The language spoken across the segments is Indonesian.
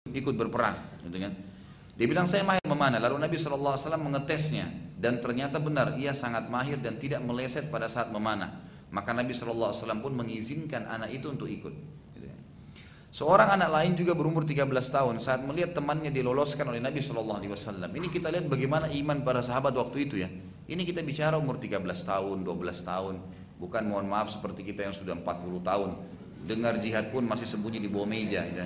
ikut berperang, gitu kan. Dia bilang saya mahir memanah. Lalu Nabi SAW mengetesnya dan ternyata benar ia sangat mahir dan tidak meleset pada saat memanah. Maka Nabi SAW pun mengizinkan anak itu untuk ikut. Seorang anak lain juga berumur 13 tahun saat melihat temannya diloloskan oleh Nabi SAW. Ini kita lihat bagaimana iman para sahabat waktu itu ya. Ini kita bicara umur 13 tahun, 12 tahun. Bukan mohon maaf seperti kita yang sudah 40 tahun. Dengar jihad pun masih sembunyi di bawah meja. Ya.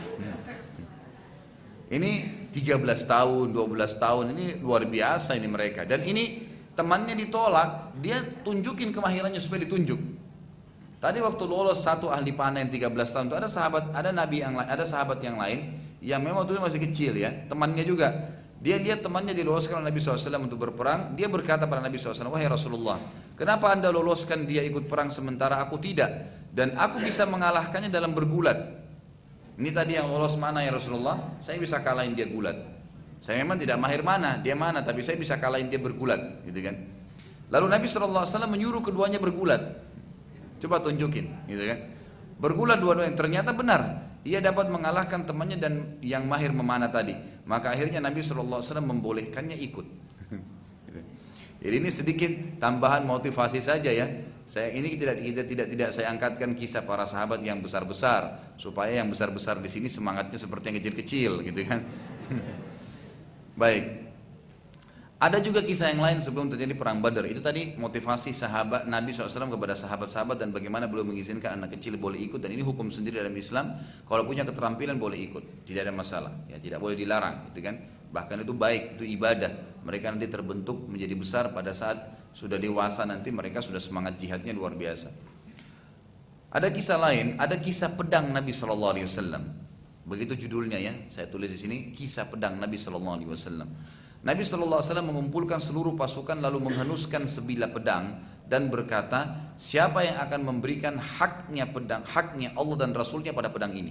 Ini 13 tahun, 12 tahun, ini luar biasa ini mereka. Dan ini temannya ditolak, dia tunjukin kemahirannya supaya ditunjuk. Tadi waktu lolos satu ahli panah yang 13 tahun itu ada sahabat, ada nabi yang lain, ada sahabat yang lain yang memang waktu itu masih kecil ya, temannya juga. Dia lihat temannya diloloskan oleh Nabi SAW untuk berperang, dia berkata pada Nabi SAW, wahai Rasulullah, kenapa anda loloskan dia ikut perang sementara aku tidak? Dan aku bisa mengalahkannya dalam bergulat. Ini tadi yang lolos mana ya Rasulullah? Saya bisa kalahin dia gulat. Saya memang tidak mahir mana, dia mana, tapi saya bisa kalahin dia bergulat, gitu kan? Lalu Nabi SAW menyuruh keduanya bergulat. Coba tunjukin, gitu kan? Bergulat dua-duanya, ternyata benar. Ia dapat mengalahkan temannya dan yang mahir memanah tadi. Maka akhirnya Nabi SAW membolehkannya ikut. Jadi ini sedikit tambahan motivasi saja ya. Saya ini tidak saya angkatkan kisah para sahabat yang besar-besar supaya yang besar-besar di sini semangatnya seperti yang kecil-kecil, gitu kan? Baik. Ada juga kisah yang lain sebelum terjadi perang Badar. Itu tadi motivasi sahabat Nabi SAW kepada sahabat-sahabat dan bagaimana beliau mengizinkan anak kecil boleh ikut. Dan ini hukum sendiri dalam Islam. Kalau punya keterampilan boleh ikut, tidak ada masalah. Ya tidak boleh dilarang, gitu kan? Bahkan itu baik, itu ibadah. Mereka nanti terbentuk menjadi besar pada saat sudah dewasa nanti mereka sudah semangat jihadnya luar biasa. Ada kisah lain, ada kisah pedang Nabi SAW. Begitu judulnya ya, saya tulis di sini kisah pedang Nabi SAW. Nabi SAW mengumpulkan seluruh pasukan lalu menghenuskan sebilah pedang dan berkata, siapa yang akan memberikan haknya pedang, haknya Allah dan Rasulnya pada pedang ini?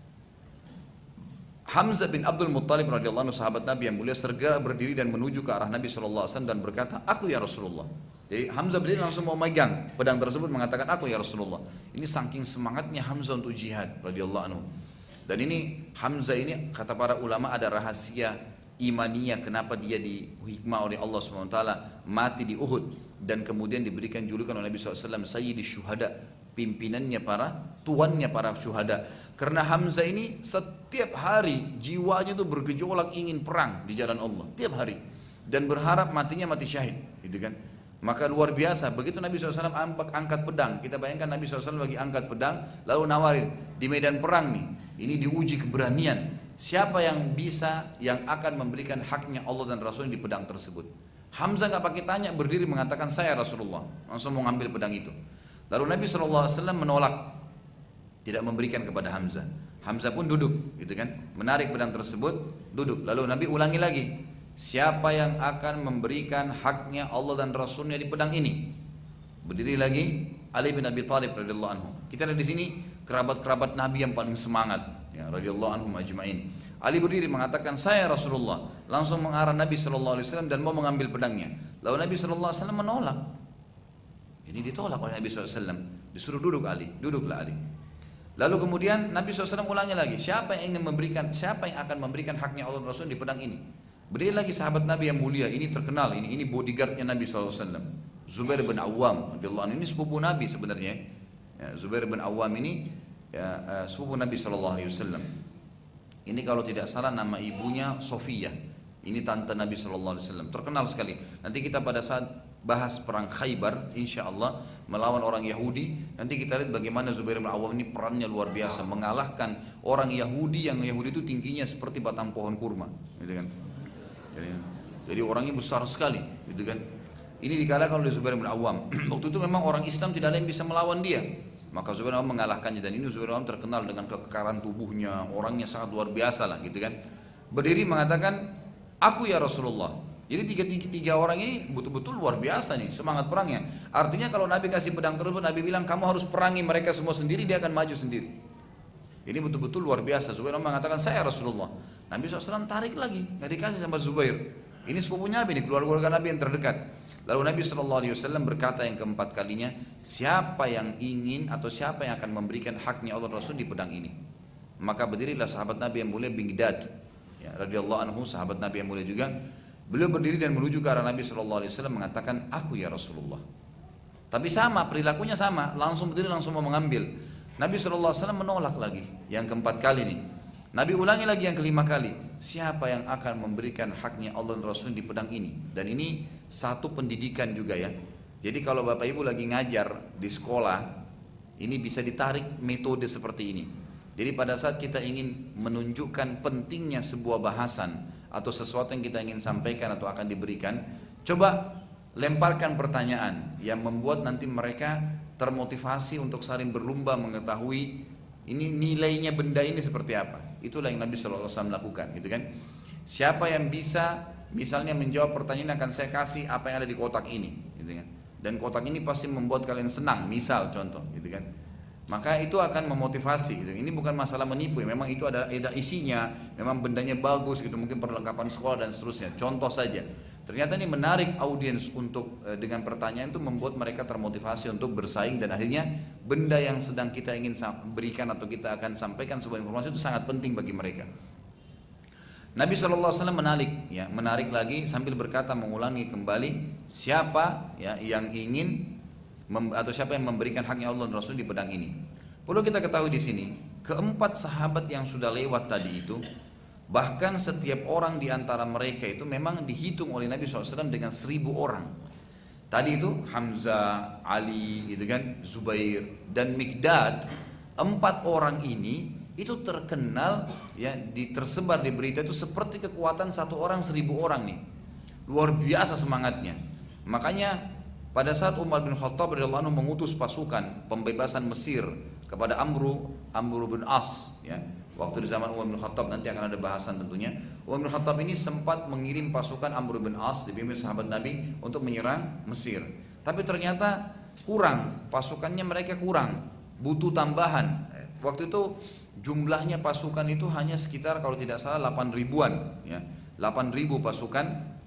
Hamzah bin Abdul Muttalib radhiyallahu anhu sahabat Nabi yang mulia segera berdiri dan menuju ke arah Nabi SAW dan berkata, aku ya Rasulullah. Jadi Hamzah berdiri langsung mau megang pedang tersebut mengatakan, aku ya Rasulullah. Ini saking semangatnya Hamzah untuk jihad radhiyallahu anhu. Dan ini Hamzah ini kata para ulama ada rahasia imaniyah kenapa dia dihikmah oleh Allah SWT mati di Uhud dan kemudian diberikan julukan oleh Nabi SAW Sayyidi Syuhada, pimpinannya tuannya para syuhada. Karena Hamzah ini setiap hari jiwanya itu bergejolak ingin perang di jalan Allah tiap hari dan berharap matinya mati syahid, gitu kan? Maka luar biasa begitu Nabi SAW angkat pedang. Kita bayangkan Nabi SAW lagi angkat pedang lalu nawarin di medan perang nih, ini diuji keberanian. Siapa yang bisa, yang akan memberikan haknya Allah dan Rasul di pedang tersebut? Hamzah nggak pakai tanya, berdiri mengatakan saya Rasulullah, langsung mau ngambil pedang itu. Lalu Nabi SAW menolak, tidak memberikan kepada Hamzah. Hamzah pun duduk, gitu kan? Menarik pedang tersebut, duduk. Lalu Nabi ulangi lagi, siapa yang akan memberikan haknya Allah dan Rasulnya di pedang ini? Berdiri lagi Ali bin Abi Thalib radhiyallahu anhu. Kita ada di sini kerabat-kerabat Nabi yang paling semangat, ya radhiyallahu anhum ajma'in. Ali berdiri mengatakan saya Rasulullah, langsung mengarah Nabi sallallahu alaihi wasallam dan mau mengambil pedangnya. Lalu Nabi sallallahu alaihi wasallam menolak. Ini ditolak oleh Nabi sallallahu alaihi wasallam. Disuruh duduk Ali, duduklah Ali. Lalu kemudian Nabi SAW ulangi lagi, siapa yang akan memberikan haknya Allah dan Rasul di pedang ini? Berdiri lagi sahabat Nabi yang mulia, ini terkenal, ini bodyguardnya Nabi SAW, Zubair bin Awam radhiyallahu anhu. Ini sepupu Nabi sebenarnya. Ya, Zubair bin Awam ini ya, sepupu Nabi SAW. Ini kalau tidak salah nama ibunya Sofiyah. Ini tante Nabi SAW, terkenal sekali. Nanti kita pada saat bahas perang Khaybar, insya Allah melawan orang Yahudi. Nanti kita lihat bagaimana Zubair bin Awam ini perannya luar biasa, mengalahkan orang Yahudi yang Yahudi itu tingginya seperti batang pohon kurma, gitu kan? Jadi orangnya besar sekali, gitu kan? Ini dikalahkan oleh Zubair bin Awam. Waktu itu memang orang Islam tidak ada yang bisa melawan dia. Maka Zubair bin Awam mengalahkannya dan ini Zubair bin Awam terkenal dengan kekekaran tubuhnya, orangnya sangat luar biasa lah, gitu kan? Berdiri mengatakan, aku ya Rasulullah. Jadi tiga orang ini betul-betul luar biasa nih semangat perangnya. Artinya kalau Nabi kasih pedang tersebut, Nabi bilang kamu harus perangi mereka semua sendiri, dia akan maju sendiri. Ini betul-betul luar biasa. Zubair mengatakan saya Rasulullah. Nabi SAW tarik lagi, nggak dikasih sama Zubair. Ini sepupunya Nabi, ini keluarga Nabi yang terdekat. Lalu Nabi SAW berkata yang keempat kalinya, siapa yang ingin atau siapa yang akan memberikan haknya Allah Rasul di pedang ini? maka berdirilah sahabat Nabi yang mulia Miqdad, ya, radhiyallahu anhu, sahabat Nabi yang mulia juga. Beliau berdiri dan menuju ke arah Nabi SAW mengatakan, aku ya Rasulullah. Tapi sama, perilakunya sama, langsung berdiri langsung mau mengambil. Nabi SAW menolak lagi, yang keempat kali nih. Nabi ulangi lagi yang kelima kali, siapa yang akan memberikan haknya Allah dan Rasul di pedang ini? Dan ini satu pendidikan juga ya. Jadi kalau Bapak Ibu lagi ngajar di sekolah, ini bisa ditarik metode seperti ini. Jadi pada saat kita ingin menunjukkan pentingnya sebuah bahasan atau sesuatu yang kita ingin sampaikan atau akan diberikan, coba lemparkan pertanyaan yang membuat nanti mereka termotivasi untuk saling berlomba mengetahui ini nilainya benda ini seperti apa. Itulah yang Nabi SAW lakukan, gitu kan. Siapa yang bisa misalnya menjawab pertanyaan akan saya kasih apa yang ada di kotak ini, gitu kan. Dan kotak ini pasti membuat kalian senang, misal contoh, gitu kan. Maka itu akan memotivasi gitu. Ini bukan masalah menipu ya, memang itu ada isinya, memang bendanya bagus gitu, mungkin perlengkapan sekolah dan seterusnya. Contoh saja. Ternyata ini menarik audiens untuk dengan pertanyaan itu membuat mereka termotivasi untuk bersaing, dan akhirnya benda yang sedang kita ingin berikan atau kita akan sampaikan sebuah informasi itu sangat penting bagi mereka. Nabi SAW menarik lagi sambil berkata, mengulangi kembali, siapa ya yang ingin atau siapa yang memberikan haknya Allah dan Rasul di pedang ini. Perlu kita ketahui di sini, keempat sahabat yang sudah lewat tadi itu, bahkan setiap orang di antara mereka itu memang dihitung oleh Nabi SAW dengan 1000 orang. Tadi itu Hamzah, Ali, gitu kan, Zubair dan Miqdad. 4 orang ini itu terkenal ya, tersebar di berita itu seperti kekuatan 1 orang 1000 orang nih. Luar biasa semangatnya. Makanya pada saat Umar bin Khattab radhiyallahu anhu mengutus pasukan pembebasan Mesir kepada Amr bin As, ya, waktu di zaman Umar bin Khattab, nanti akan ada bahasan tentunya. Umar bin Khattab ini sempat mengirim pasukan Amr bin As dipimpin sahabat Nabi untuk menyerang Mesir. Tapi ternyata kurang, pasukannya mereka kurang, butuh tambahan. Waktu itu jumlahnya pasukan itu hanya sekitar kalau tidak salah 8 ribuan, ya, 8.000 pasukan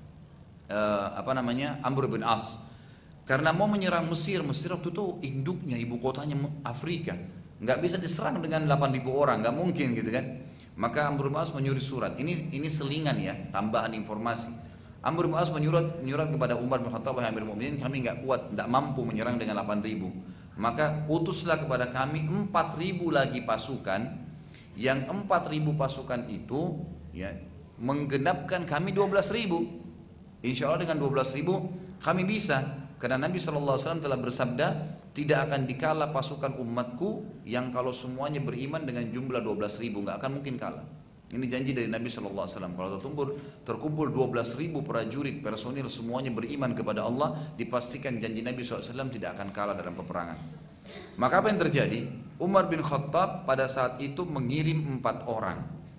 Amr bin As. Karena mau menyerang Mesir waktu itu induknya, ibu kotanya Afrika, nggak bisa diserang dengan 8.000 orang, nggak mungkin gitu kan. Maka Amr bin As menyuruh surat, ini selingan ya, tambahan informasi. Amr bin As menyurat kepada Umar bin Khattab, wahai Amirul Mukminin, kami nggak kuat, nggak mampu menyerang dengan 8.000. Maka utuslah kepada kami 4.000 lagi pasukan, yang 4.000 pasukan itu ya menggenapkan kami 12.000. Insya Allah dengan 12.000 kami bisa. Karena Nabi SAW telah bersabda, tidak akan dikala pasukan umatku yang kalau semuanya beriman dengan jumlah 12.000, nggak akan mungkin kalah. Ini janji dari Nabi SAW. Kalau terkumpul 12.000 prajurit personil semuanya beriman kepada Allah, dipastikan janji Nabi SAW tidak akan kalah dalam peperangan. Maka apa yang terjadi? Umar bin Khattab pada saat itu mengirim 4 orang.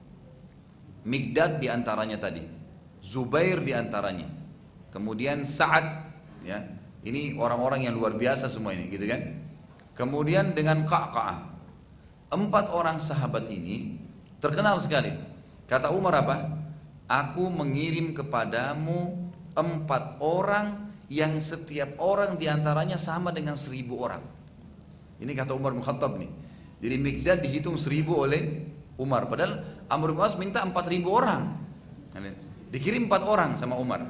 Miqdad diantaranya tadi, Zubair diantaranya, kemudian Sa'ad, ya. Ini orang-orang yang luar biasa semua ini, gitu kan. Kemudian dengan Qa'qa'ah. 4 orang sahabat ini terkenal sekali. Kata Umar apa? Aku mengirim kepadamu 4 orang yang setiap orang diantaranya sama dengan 1.000 orang. Ini kata Umar bin Khattab nih. Jadi Miqdad dihitung 1.000 oleh Umar. Padahal Amr bin As minta 4.000 orang. Dikirim 4 orang sama Umar.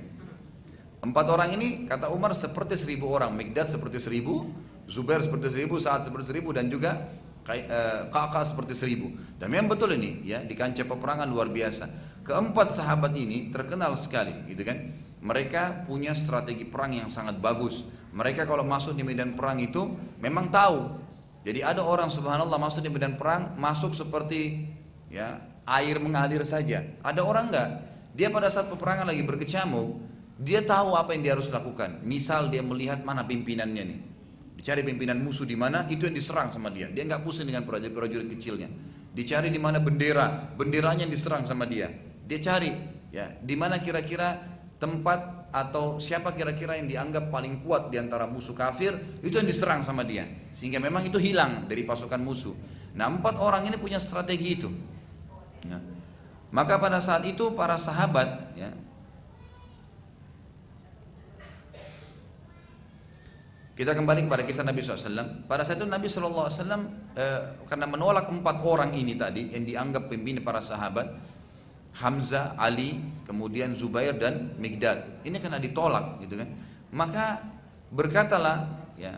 4 orang ini kata Umar seperti 1.000 orang. Miqdad seperti 1.000, Zubair seperti 1.000, Sa'ad seperti 1.000, dan juga Qa'qa'ah seperti 1.000. Dan memang betul ini ya, di kancah peperangan luar biasa. Keempat sahabat ini terkenal sekali, gitu kan. Mereka punya strategi perang yang sangat bagus. Mereka kalau masuk di medan perang itu memang tahu. Jadi ada orang subhanallah masuk di medan perang, masuk seperti ya air mengalir saja. Ada orang enggak, dia pada saat peperangan lagi berkecamuk, dia tahu apa yang dia harus lakukan. Misal dia melihat mana pimpinannya nih, dicari pimpinan musuh di mana, itu yang diserang sama dia. Dia nggak pusing dengan prajurit kecilnya. Dicari di mana benderanya yang diserang sama dia. Dia cari ya di mana kira-kira tempat atau siapa kira-kira yang dianggap paling kuat di antara musuh kafir, itu yang diserang sama dia. Sehingga memang itu hilang dari pasukan musuh. Nah 4 orang ini punya strategi itu. Ya. Maka pada saat itu para sahabat ya, Kita kembali kepada kisah Nabi SAW. Pada saat itu Nabi SAW karena menolak 4 orang ini tadi yang dianggap pemimpin para sahabat, Hamzah, Ali, kemudian Zubair dan Mikdad. Ini karena ditolak, gitu kan? Maka berkatalah, ya,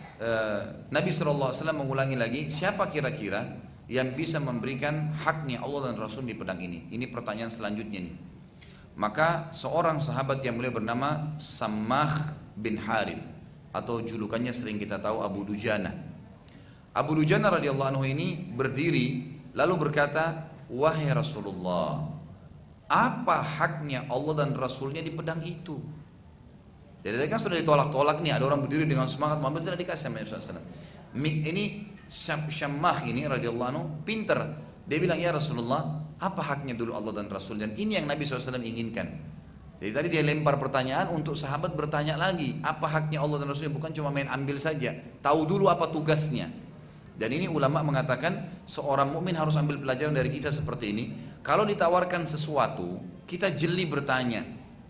Nabi SAW mengulangi lagi, siapa kira-kira yang bisa memberikan haknya Allah dan Rasul di pedang ini? Ini pertanyaan selanjutnya nih. Maka seorang sahabat yang mulia bernama Sammah bin Harith, atau julukannya sering kita tahu Abu Dujana. Abu Dujana radhiyallahu anhu ini berdiri lalu berkata, wahai Rasulullah, apa haknya Allah dan Rasulnya di pedang itu? Jadi kan sudah ditolak-tolak nih, ada orang berdiri dengan semangat mengambil, tidak dikasih sama Nabi SAW. Ini Syammah ini radhiyallahu anhu pinter, dia bilang, ya Rasulullah, apa haknya dulu Allah dan Rasul? Dan ini yang Nabi SAW inginkan. Jadi tadi dia lempar pertanyaan untuk sahabat bertanya lagi, apa haknya Allah dan Rasulnya, bukan cuma main ambil saja, tahu dulu apa tugasnya. Dan ini ulama mengatakan seorang mukmin harus ambil pelajaran dari kisah seperti ini. Kalau ditawarkan sesuatu, kita jeli bertanya.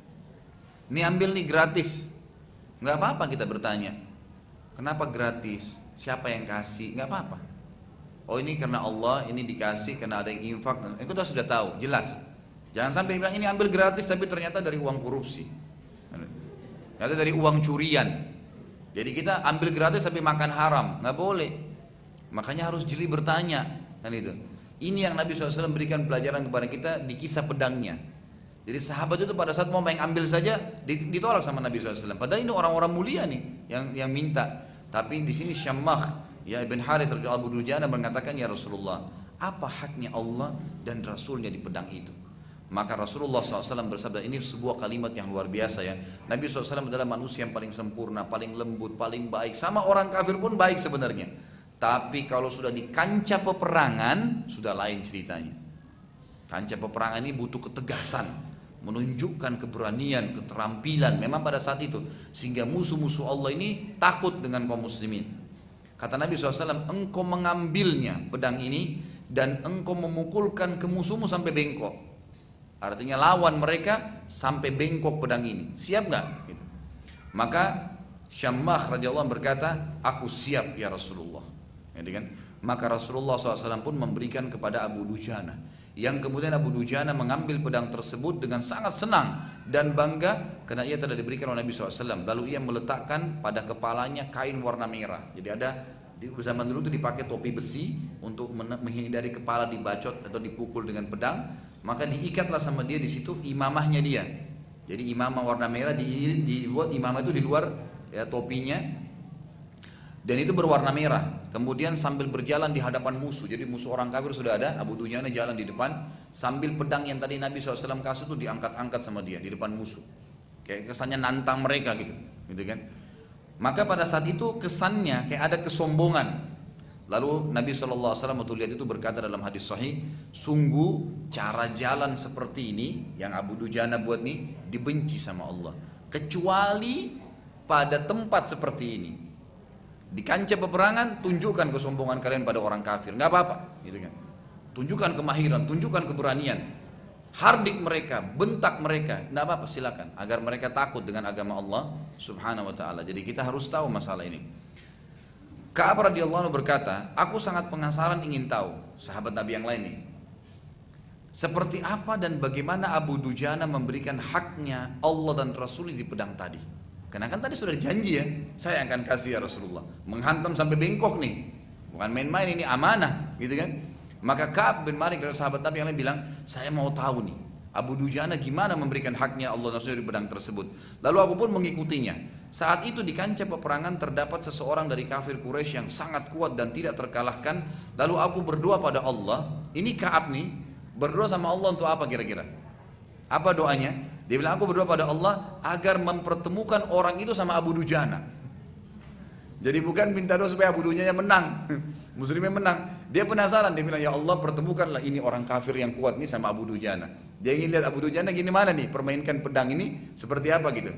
Ini ambil nih gratis, nggak apa-apa kita bertanya. Kenapa gratis? Siapa yang kasih? Nggak apa-apa. Oh ini karena Allah, ini dikasih karena ada yang infak. Kita sudah tahu, jelas. Jangan sampai bilang ini ambil gratis tapi ternyata dari uang korupsi, ternyata dari uang curian. Jadi kita ambil gratis tapi makan haram, nggak boleh. Makanya harus jeli bertanya, kan itu. Ini yang Nabi SAW berikan pelajaran kepada kita di kisah pedangnya. Jadi sahabat itu pada saat mau main ambil saja ditolak sama Nabi SAW. Padahal ini orang-orang mulia nih yang minta. Tapi di sini Syammah ya Ibn Harith Abu Dujana mengatakan, ya Rasulullah, apa haknya Allah dan Rasulnya di pedang itu? Maka Rasulullah SAW bersabda, ini sebuah kalimat yang luar biasa ya. Nabi SAW adalah manusia yang paling sempurna, paling lembut, paling baik. Sama orang kafir pun baik sebenarnya. Tapi kalau sudah di kancah peperangan, sudah lain ceritanya. Kancah peperangan ini butuh ketegasan, menunjukkan keberanian, keterampilan. Memang pada saat itu, sehingga musuh-musuh Allah ini takut dengan kaum muslimin. Kata Nabi SAW, engkau mengambilnya pedang ini dan engkau memukulkan ke musuhmu sampai bengkok. Artinya lawan mereka sampai bengkok pedang ini. Siap nggak? Gitu. Maka Syammah radhiyallahu anhu berkata, aku siap ya Rasulullah. Gitu kan? Maka Rasulullah SAW pun memberikan kepada Abu Dujana. Yang kemudian Abu Dujana mengambil pedang tersebut dengan sangat senang dan bangga karena ia telah diberikan oleh Nabi SAW. Lalu ia meletakkan pada kepalanya kain warna merah. Jadi ada di zaman dulu itu dipakai topi besi untuk menghindari kepala dibacot atau dipukul dengan pedang. Maka diikatlah sama dia di situ imamahnya dia. Jadi imamah warna merah dibuat imamah itu di luar ya topinya. Dan itu berwarna merah. Kemudian sambil berjalan di hadapan musuh. Jadi musuh orang kafir sudah ada, Abu Dujana jalan di depan sambil pedang yang tadi Nabi SAW kasih itu diangkat-angkat sama dia di depan musuh. Kayak kesannya nantang mereka gitu kan. Maka pada saat itu kesannya kayak ada kesombongan. Lalu Nabi SAW waktu lihat itu berkata dalam hadis sahih, sungguh cara jalan seperti ini yang Abu Dujana buat nih dibenci sama Allah. Kecuali pada tempat seperti ini. Di kancah peperangan tunjukkan kesombongan kalian pada orang kafir, nggak apa-apa, gitu kan. Tunjukkan kemahiran, tunjukkan keberanian. Hardik mereka, bentak mereka, nggak apa-apa, silakan. Agar mereka takut dengan agama Allah Subhanahu Wa Taala. Jadi kita harus tahu masalah ini. Ka'ab radhiyallahu anhu berkata, aku sangat penasaran ingin tahu sahabat Nabi yang lain nih, seperti apa dan bagaimana Abu Dujana memberikan haknya Allah dan Rasul di pedang tadi. Karena kan tadi sudah janji ya, saya akan kasih ya Rasulullah, menghantam sampai bengkok nih, bukan main-main, ini amanah, gitu kan. Maka Ka'ab bin Malik dari sahabat Nabi yang lain bilang, saya mau tahu nih Abu Dujana gimana memberikan haknya Allah dan Rasul di pedang tersebut. Lalu aku pun mengikutinya. Saat itu di kancah peperangan terdapat seseorang dari kafir Quraisy yang sangat kuat dan tidak terkalahkan. Lalu aku berdoa pada Allah. Ini Ka'ab nih berdoa sama Allah untuk apa kira-kira? Apa doanya? Dia bilang, aku berdoa pada Allah agar mempertemukan orang itu sama Abu Dujana. Jadi bukan minta doa supaya Abu Dujana menang, muslimnya menang. Dia penasaran, dia bilang, ya Allah pertemukanlah ini orang kafir yang kuat nih sama Abu Dujana. Dia ingin lihat Abu Dujana gimana nih, permainkan pedang ini seperti apa gitu.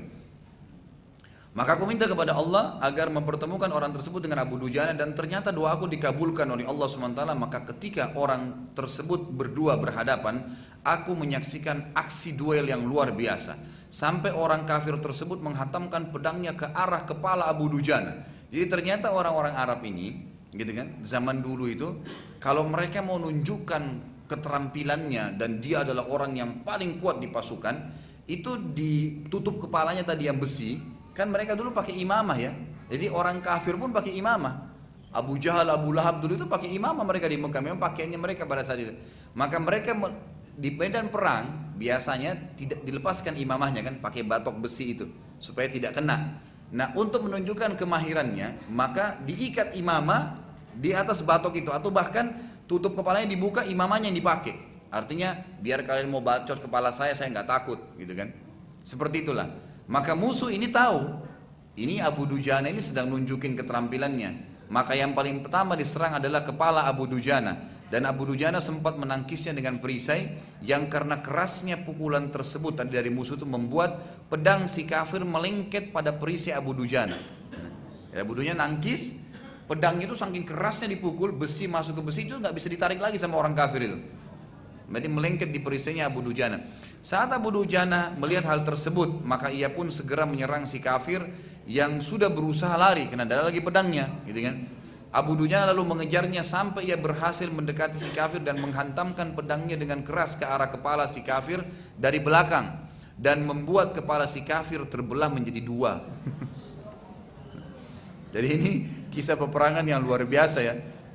Maka aku minta kepada Allah agar mempertemukan orang tersebut dengan Abu Dujana, dan ternyata doa aku dikabulkan oleh Allah SWT. Maka ketika orang tersebut berdua berhadapan, aku menyaksikan aksi duel yang luar biasa. Sampai orang kafir tersebut menghantamkan pedangnya ke arah kepala Abu Dujana. Jadi ternyata orang-orang Arab ini, gitu kan, zaman dulu itu, kalau mereka mau nunjukkan keterampilannya dan dia adalah orang yang paling kuat di pasukan, itu ditutup kepalanya tadi yang besi. Kan mereka dulu pakai imamah ya. Jadi orang kafir pun pakai imamah. Abu Jahal, Abu Lahab dulu itu pakai imamah mereka di Mekah. Memang pakaiannya mereka pada saat itu. Maka mereka di medan perang biasanya tidak dilepaskan imamahnya kan, pakai batok besi itu supaya tidak kena. Nah, untuk menunjukkan kemahirannya, maka diikat imamah di atas batok itu, atau bahkan tutup kepalanya dibuka, imamahnya yang dipakai. Artinya biar kalian mau bacot kepala saya nggak takut, gitu kan? Seperti itulah. Maka musuh ini tahu, ini Abu Dujana ini sedang nunjukin keterampilannya. Maka yang paling pertama diserang adalah kepala Abu Dujana. Dan Abu Dujana sempat menangkisnya dengan perisai yang karena kerasnya pukulan tersebut tadi dari musuh itu membuat pedang si kafir melengket pada perisai Abu Dujana. Ya, Abu Dujana nangkis, pedangnya itu saking kerasnya dipukul, besi masuk ke besi itu nggak bisa ditarik lagi sama orang kafir itu. Jadi melengket di perisainya Abu Dujana. Saat Abu Dujana melihat hal tersebut, maka ia pun segera menyerang si kafir yang sudah berusaha lari karena ada lagi pedangnya, gitu kan. Abu Dujana lalu mengejarnya sampai ia berhasil mendekati si kafir dan menghantamkan pedangnya dengan keras ke arah kepala si kafir dari belakang dan membuat kepala si kafir terbelah menjadi dua. Jadi ini kisah peperangan yang luar biasa ya.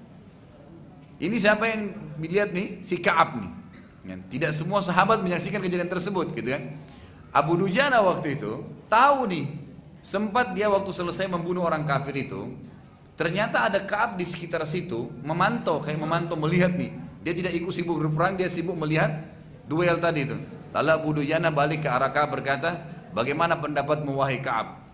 Ini siapa yang melihat nih? Si Ka'ab nih. Tidak semua sahabat menyaksikan kejadian tersebut, gitu kan. Abu Dujana waktu itu tahu nih, sempat dia waktu selesai membunuh orang kafir itu, ternyata ada Ka'ab di sekitar situ memantau, kayak memantau melihat nih. Dia tidak ikut sibuk berperang, dia sibuk melihat duel tadi itu. Lalu Abu Dujana balik ke arah Ka'ab berkata, bagaimana pendapatmu wahai Ka'ab?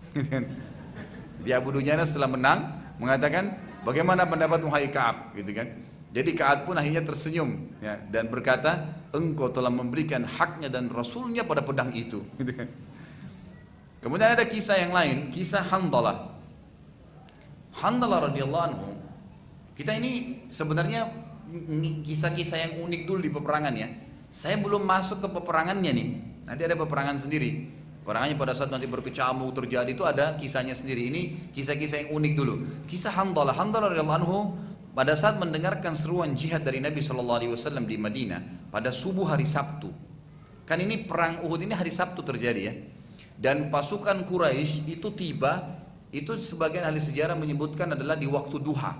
Dia Abu Dujana setelah menang mengatakan, bagaimana pendapatmu wahai Ka'ab? Gitu kan. Jadi Ka'ab pun akhirnya tersenyum ya, dan berkata, engkau telah memberikan haknya dan rasulnya pada pedang itu. Gitu kan. Kemudian ada kisah yang lain, kisah Handalah. Handalah radhiyallahu anhu. Kita ini sebenarnya kisah-kisah yang unik dulu di peperangan ya. Saya belum masuk ke peperangannya nih. Nanti ada peperangan sendiri. Peperangannya pada saat nanti berkecamuk terjadi itu ada kisahnya sendiri. Ini kisah-kisah yang unik dulu. Kisah Handalah. Handalah radhiyallahu anhu pada saat mendengarkan seruan jihad dari Nabi SAW di Madinah pada subuh hari Sabtu. Kan ini perang Uhud ini hari Sabtu terjadi ya. Dan pasukan Quraisy itu tiba, itu sebagian ahli sejarah menyebutkan adalah di waktu duha.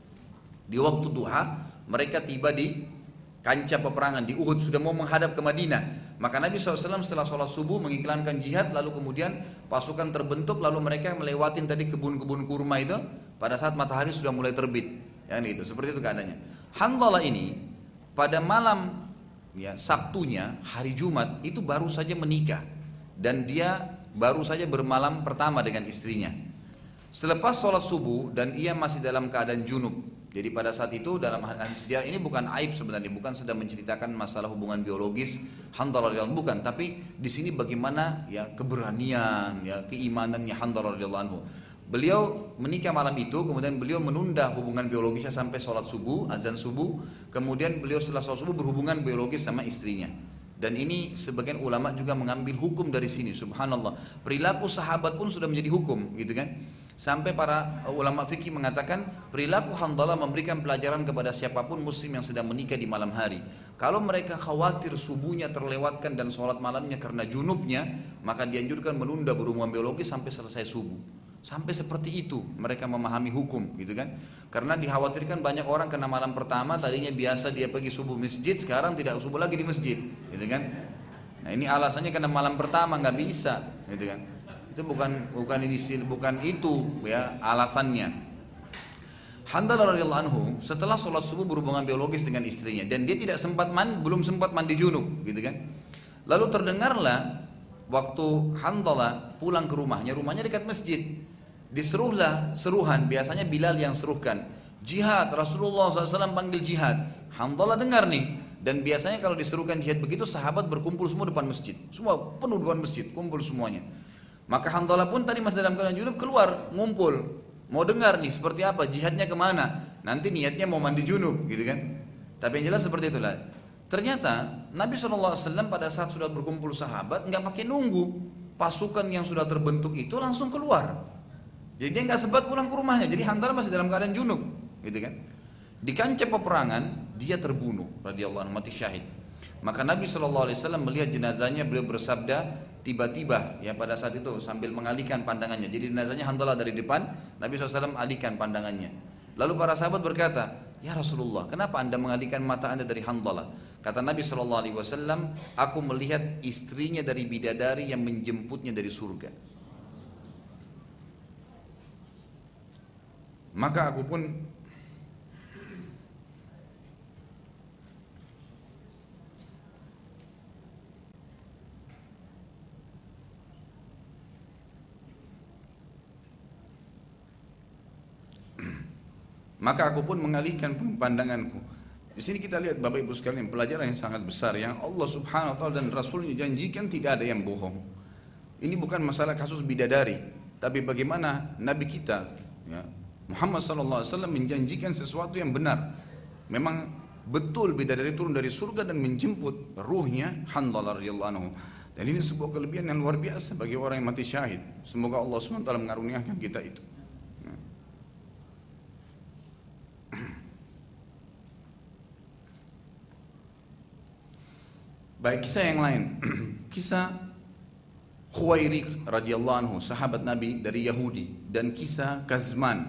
Di waktu duha mereka tiba di kancah peperangan di Uhud, sudah mau menghadap ke Madinah. Maka Nabi SAW setelah sholat subuh mengiklankan jihad, lalu kemudian pasukan terbentuk, lalu mereka melewatin tadi kebun-kebun kurma itu pada saat matahari sudah mulai terbit. Yang itu, seperti itu keadaannya. Handalah ini pada malam ya Sabtunya hari Jumat itu baru saja menikah dan dia baru saja bermalam pertama dengan istrinya. Selepas sholat subuh dan ia masih dalam keadaan junub. Jadi pada saat itu dalam hadis sejarah ini bukan aib sebenarnya, bukan sedang menceritakan masalah hubungan biologis Handalah radhiyallahu anhu, bukan, tapi di sini bagaimana ya keberanian, ya keimanannya Handalah radhiyallahu anhu. Beliau menikah malam itu, kemudian beliau menunda hubungan biologisnya sampai sholat subuh, azan subuh, kemudian beliau setelah sholat subuh berhubungan biologis sama istrinya. Dan ini sebagian ulama juga mengambil hukum dari sini, subhanallah. Perilaku sahabat pun sudah menjadi hukum, gitu kan? Sampai para ulama fikih mengatakan perilaku Handalah memberikan pelajaran kepada siapapun muslim yang sedang menikah di malam hari. Kalau mereka khawatir subuhnya terlewatkan dan sholat malamnya karena junubnya, maka dianjurkan menunda berhubungan biologis sampai selesai subuh. Sampai seperti itu mereka memahami hukum, gitu kan? Karena dikhawatirkan banyak orang kena malam pertama, tadinya biasa dia pergi subuh masjid, sekarang tidak subuh lagi di masjid, gitu kan? Nah ini alasannya karena malam pertama nggak bisa, gitu kan? Itu bukan itu ya alasannya. Handalah radhiyallahu anhu setelah sholat subuh berhubungan biologis dengan istrinya dan dia tidak sempat belum sempat mandi junub, gitu kan? Lalu terdengarlah waktu Handalah pulang ke rumahnya dekat masjid. Diseruhlah seruhan, biasanya Bilal yang seruhkan, jihad, Rasulullah SAW panggil jihad. Handalah dengar nih, dan biasanya kalau diserukan jihad begitu sahabat berkumpul semua depan masjid, semua penuh depan masjid, kumpul semuanya. Maka Handalah pun tadi masih dalam keadaan junub keluar, ngumpul, mau dengar nih seperti apa, jihadnya kemana, nanti niatnya mau mandi junub, gitu kan. Tapi yang jelas seperti itulah. Ternyata Nabi SAW pada saat sudah berkumpul sahabat nggak pakai nunggu, pasukan yang sudah terbentuk itu langsung keluar. Jadi dia nggak sempat pulang ke rumahnya, jadi Hanzalah masih dalam keadaan junub, gitu kan? Di kancah peperangan dia terbunuh, radhiyallahu anhu, mati syahid. Maka Nabi SAW melihat jenazahnya, beliau bersabda, tiba-tiba ya pada saat itu sambil mengalihkan pandangannya. Jadi jenazahnya Hanzalah dari depan, Nabi SAW alihkan pandangannya. Lalu para sahabat berkata, ya Rasulullah, kenapa anda mengalihkan mata anda dari Hanzalah? Kata Nabi SAW, aku melihat istrinya dari bidadari yang menjemputnya dari surga. Maka aku pun mengalihkan pandanganku. Di sini kita lihat Bapak Ibu sekalian pelajaran yang sangat besar yang Allah Subhanahu wa taala dan Rasulnya janjikan tidak ada yang bohong. Ini bukan masalah kasus bidadari, tapi bagaimana Nabi kita ya, Muhammad SAW menjanjikan sesuatu yang benar. Memang betul bidadari turun dari surga dan menjemput ruhnya Hanzalah radhiyallahu anhu. Dan ini sebuah kelebihan yang luar biasa bagi orang yang mati syahid. Semoga Allah SWT mengaruniakan kita itu. Baik, kisah yang lain. Kisah Khuwairiq radhiyallahu anhu, sahabat Nabi dari Yahudi, dan kisah Kazman.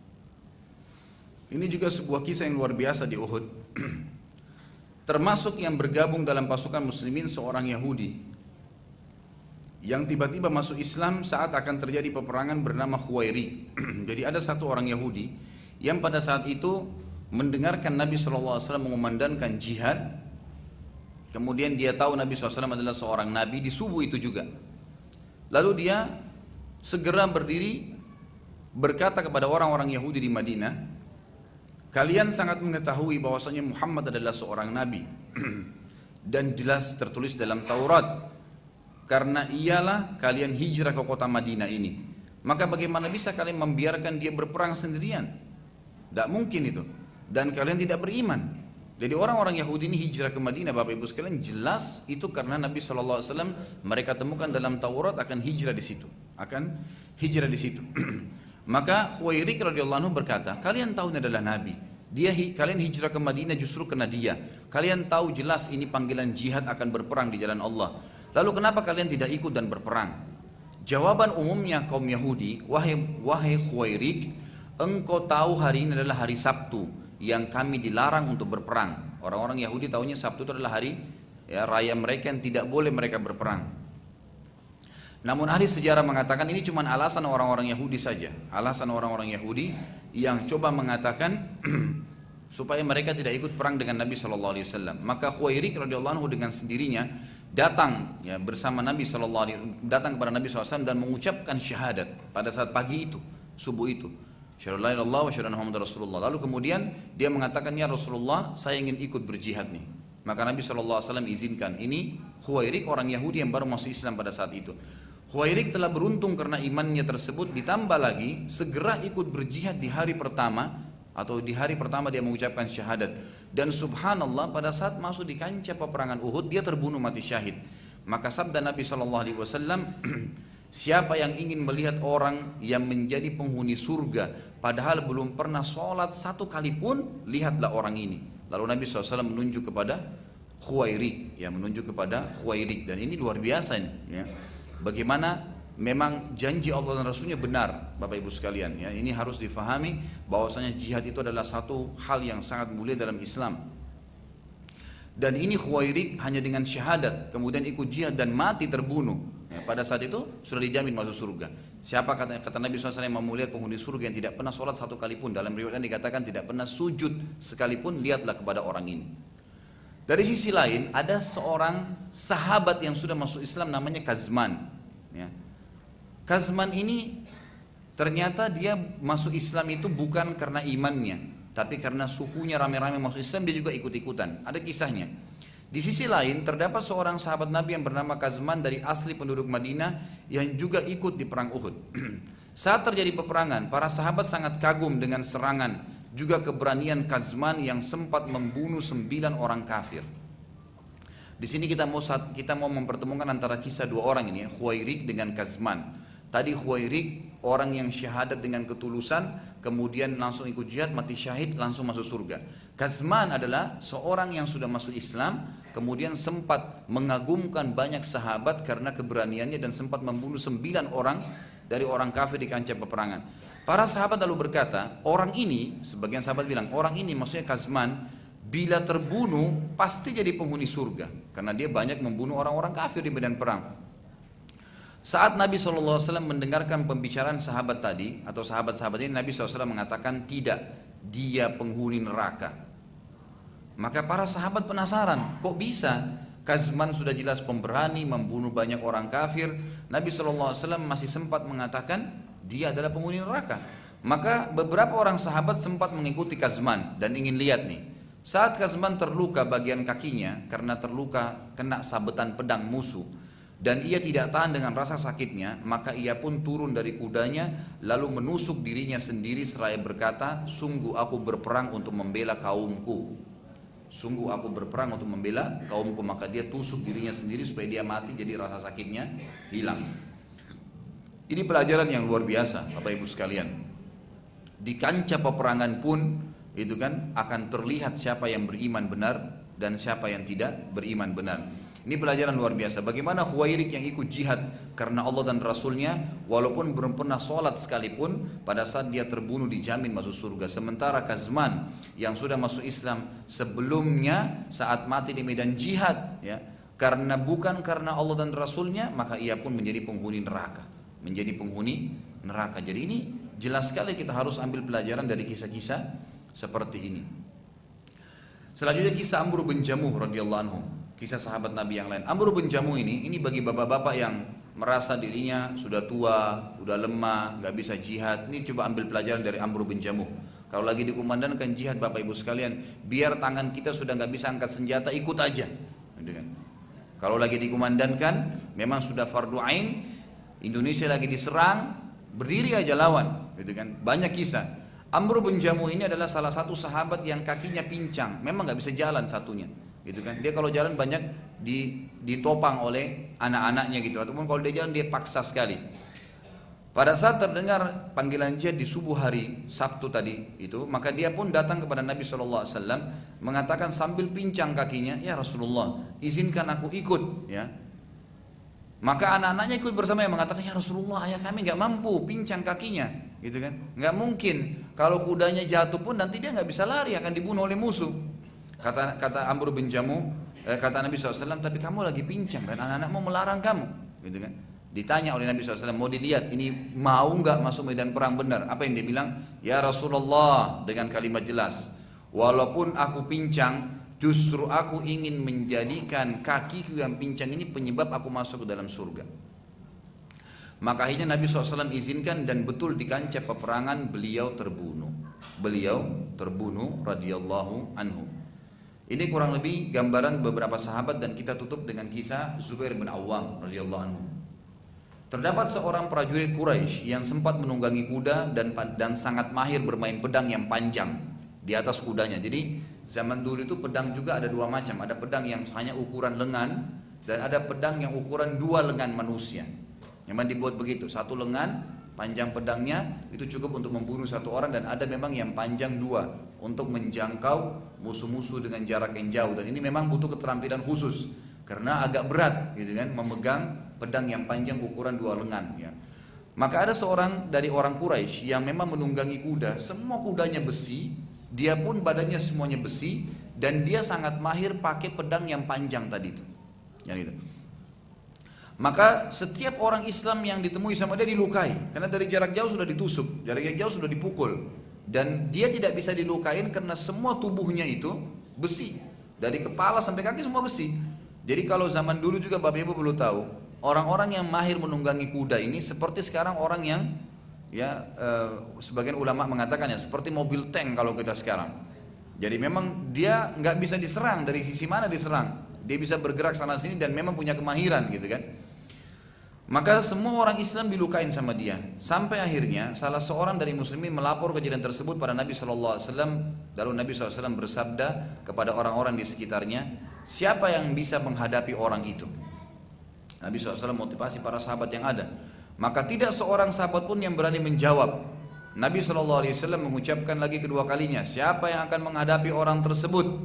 Ini juga sebuah kisah yang luar biasa di Uhud. Termasuk yang bergabung dalam pasukan muslimin seorang Yahudi yang tiba-tiba masuk Islam saat akan terjadi peperangan bernama Khuwairiq. Jadi ada satu orang Yahudi yang pada saat itu mendengarkan Nabi SAW mengumandangkan jihad. Kemudian dia tahu Nabi SAW adalah seorang Nabi di subuh itu juga. Lalu dia segera berdiri berkata kepada orang-orang Yahudi di Madinah, kalian sangat mengetahui bahwasanya Muhammad adalah seorang Nabi dan jelas tertulis dalam Taurat, karena ialah kalian hijrah ke kota Madinah ini. Maka bagaimana bisa kalian membiarkan dia berperang sendirian? Tidak mungkin itu. Dan kalian tidak beriman. Jadi orang-orang Yahudi ini hijrah ke Madinah, Bapak Ibu sekalian, jelas itu karena Nabi SAW mereka temukan dalam Taurat akan hijrah di situ, Maka Khuwairiq radhiyallahu anhu berkata, kalian tahu ini adalah Nabi. Kalian hijrah ke Madinah justru karena dia. Kalian tahu jelas ini panggilan jihad akan berperang di jalan Allah. Lalu kenapa kalian tidak ikut dan berperang? Jawaban umumnya kaum Yahudi, wahai Khuwairiq, engkau tahu hari ini adalah hari Sabtu yang kami dilarang untuk berperang. Orang-orang Yahudi tahunya Sabtu itu adalah hari ya, raya mereka yang tidak boleh mereka berperang. Namun ahli sejarah mengatakan ini cuma alasan orang-orang Yahudi saja. Alasan orang-orang Yahudi yang coba mengatakan supaya mereka tidak ikut perang dengan Nabi SAW. Maka Khuwairiq radhiyallahu anhu dengan sendirinya datang ya, bersama Nabi datang kepada Nabi SAW dan mengucapkan syahadat pada saat pagi itu, subuh itu. Asyhadu an la ilaha illallah wa asyhadu anna Muhammadar Rasulullah. Lalu kemudian dia mengatakan, ya Rasulullah, saya ingin ikut berjihad nih. Maka Nabi SAW izinkan. Ini Khuwairiq orang Yahudi yang baru masuk Islam pada saat itu. Khuwairiq telah beruntung karena imannya tersebut, ditambah lagi segera ikut berjihad di hari pertama, atau di hari pertama dia mengucapkan syahadat. Dan subhanallah pada saat masuk di kancah peperangan Uhud dia terbunuh mati syahid. Maka sabda Nabi SAW, siapa yang ingin melihat orang yang menjadi penghuni surga padahal belum pernah sholat satu kali pun, lihatlah orang ini. Lalu Nabi SAW menunjuk kepada Khuwairiq, ya, dan ini luar biasa ini, ya. Bagaimana memang janji Allah dan Rasulnya benar, Bapak Ibu sekalian, ya. Ini harus difahami bahwasanya jihad itu adalah satu hal yang sangat mulia dalam Islam. Dan ini Khuwairiq hanya dengan syahadat kemudian ikut jihad dan mati terbunuh. Ya, pada saat itu sudah dijamin masuk surga. Siapa kata Nabi SAW yang mau melihat penghuni surga yang tidak pernah sholat satu kali pun, dalam riwayat dikatakan tidak pernah sujud sekalipun, lihatlah kepada orang ini. Dari sisi lain ada seorang sahabat yang sudah masuk Islam namanya Kazman. Ya. Kazman ini ternyata dia masuk Islam itu bukan karena imannya, tapi karena sukunya rame-rame masuk Islam dia juga ikut-ikutan. Ada kisahnya. Di sisi lain terdapat seorang sahabat Nabi yang bernama Kazman dari asli penduduk Madinah yang juga ikut di perang Uhud. Saat terjadi peperangan, para sahabat sangat kagum dengan serangan juga keberanian Kazman yang sempat membunuh 9 orang kafir. Di sini kita mau mempertemukan antara kisah dua orang ini ya, Khuwairik dengan Kazman. Tadi Khuwairik orang yang syahadat dengan ketulusan, kemudian langsung ikut jihad, mati syahid, langsung masuk surga. Kazman adalah seorang yang sudah masuk Islam, kemudian sempat mengagumkan banyak sahabat karena keberaniannya dan sempat membunuh 9 orang dari orang kafir di kancah peperangan. Para sahabat lalu berkata, orang ini, sebagian sahabat bilang, orang ini maksudnya Kazman, bila terbunuh pasti jadi penghuni surga karena dia banyak membunuh orang-orang kafir di medan perang. Saat Nabi SAW mendengarkan pembicaraan sahabat tadi atau sahabat-sahabat ini, Nabi SAW mengatakan tidak, dia penghuni neraka. Maka para sahabat penasaran, kok bisa? Kazman sudah jelas pemberani, membunuh banyak orang kafir. Nabi SAW masih sempat mengatakan dia adalah penghuni neraka. Maka beberapa orang sahabat sempat mengikuti Kazman dan ingin lihat nih. Saat Kazman terluka bagian kakinya karena terluka kena sabetan pedang musuh dan ia tidak tahan dengan rasa sakitnya, maka ia pun turun dari kudanya lalu menusuk dirinya sendiri seraya berkata, sungguh aku berperang untuk membela kaumku. Sungguh aku berperang untuk membela kaumku. Maka dia tusuk dirinya sendiri supaya dia mati, jadi rasa sakitnya hilang. Ini pelajaran yang luar biasa Bapak Ibu sekalian. Di kancah peperangan pun itu kan akan terlihat siapa yang beriman benar dan siapa yang tidak beriman benar. Ini pelajaran luar biasa. Bagaimana Khuwairik yang ikut jihad karena Allah dan Rasulnya, walaupun belum pernah sholat sekalipun, pada saat dia terbunuh dijamin masuk surga. Sementara Kazman yang sudah masuk Islam sebelumnya saat mati di medan jihad, ya, bukan karena Allah dan Rasulnya, maka ia pun menjadi penghuni neraka. Menjadi penghuni neraka. Jadi ini jelas sekali kita harus ambil pelajaran dari kisah-kisah seperti ini. Selanjutnya kisah Amr bin Jamuh radhiyallahu anhu, kisah sahabat Nabi yang lain. Amr bin Jamuh ini bagi bapak-bapak yang merasa dirinya sudah tua, sudah lemah, nggak bisa jihad. Ini coba ambil pelajaran dari Amr bin Jamuh. Kalau lagi dikumandangkan jihad Bapak Ibu sekalian, biar tangan kita sudah nggak bisa angkat senjata, ikut aja. Gitu kan? Kalau lagi dikumandangkan, memang sudah fardu ain, Indonesia lagi diserang, berdiri aja lawan. Gitu kan? Banyak kisah. Amr bin Jamuh ini adalah salah satu sahabat yang kakinya pincang, memang nggak bisa jalan satunya, gitu kan? Dia kalau jalan banyak ditopang oleh anak-anaknya gitu, ataupun kalau dia jalan dia paksa sekali. Pada saat terdengar panggilan jihad di subuh hari Sabtu tadi itu, maka dia pun datang kepada Nabi SAW mengatakan sambil pincang kakinya, ya Rasulullah, izinkan aku ikut, ya. Maka anak-anaknya ikut bersama yang mengatakan, ya Rasulullah, ayah kami nggak mampu, pincang kakinya, gitu kan? Nggak mungkin. Kalau kudanya jatuh pun nanti dia nggak bisa lari, akan dibunuh oleh musuh. Kata Amr bin Jamuh, kata Nabi SAW, tapi kamu lagi pincang dan anak-anakmu melarang kamu, gitu kan? Ditanya oleh Nabi SAW, mau dilihat ini mau nggak masuk medan perang benar? Apa yang dia bilang? Ya Rasulullah, dengan kalimat jelas, walaupun aku pincang, justru aku ingin menjadikan kakiku yang pincang ini penyebab aku masuk ke dalam surga. Maka akhirnya Nabi SAW izinkan dan betul di kancah peperangan beliau terbunuh. Beliau terbunuh radhiyallahu anhu. Ini kurang lebih gambaran beberapa sahabat dan kita tutup dengan kisah Zubair bin Awam radhiyallahu anhu. Terdapat seorang prajurit Quraisy yang sempat menunggangi kuda dan sangat mahir bermain pedang yang panjang di atas kudanya. Jadi zaman dulu itu pedang juga ada dua macam. Ada pedang yang hanya ukuran lengan dan ada pedang yang ukuran 2 lengan manusia. Memang dibuat begitu, 1 lengan panjang pedangnya itu cukup untuk membunuh 1 orang, dan ada memang yang panjang 2 untuk menjangkau musuh-musuh dengan jarak yang jauh. Dan ini memang butuh keterampilan khusus karena agak berat gitu kan, memegang pedang yang panjang ukuran 2 lengan ya. Maka ada seorang dari orang Quraisy yang memang menunggangi kuda, semua kudanya besi, dia pun badannya semuanya besi, dan dia sangat mahir pakai pedang yang panjang tadi itu. Yang itu. Maka setiap orang Islam yang ditemui sama dia dilukai, karena dari jarak jauh sudah ditusuk, jarak jauh sudah dipukul, dan dia tidak bisa dilukain karena semua tubuhnya itu besi, dari kepala sampai kaki semua besi. Jadi kalau zaman dulu juga Bapak Ibu perlu tahu, orang-orang yang mahir menunggangi kuda ini seperti sekarang orang yang sebagian ulama mengatakan ya seperti mobil tank kalau kita sekarang. Jadi memang dia nggak bisa diserang dari sisi mana diserang, dia bisa bergerak sana sini dan memang punya kemahiran gitu kan. Maka semua orang Islam dilukain sama dia, sampai akhirnya salah seorang dari muslimin melapor kejadian tersebut pada Nabi SAW. Lalu Nabi SAW bersabda kepada orang-orang di sekitarnya, siapa yang bisa menghadapi orang itu? Nabi SAW motivasi para sahabat yang ada. Maka tidak seorang sahabat pun yang berani menjawab. Nabi SAW mengucapkan lagi kedua kalinya, siapa yang akan menghadapi orang tersebut?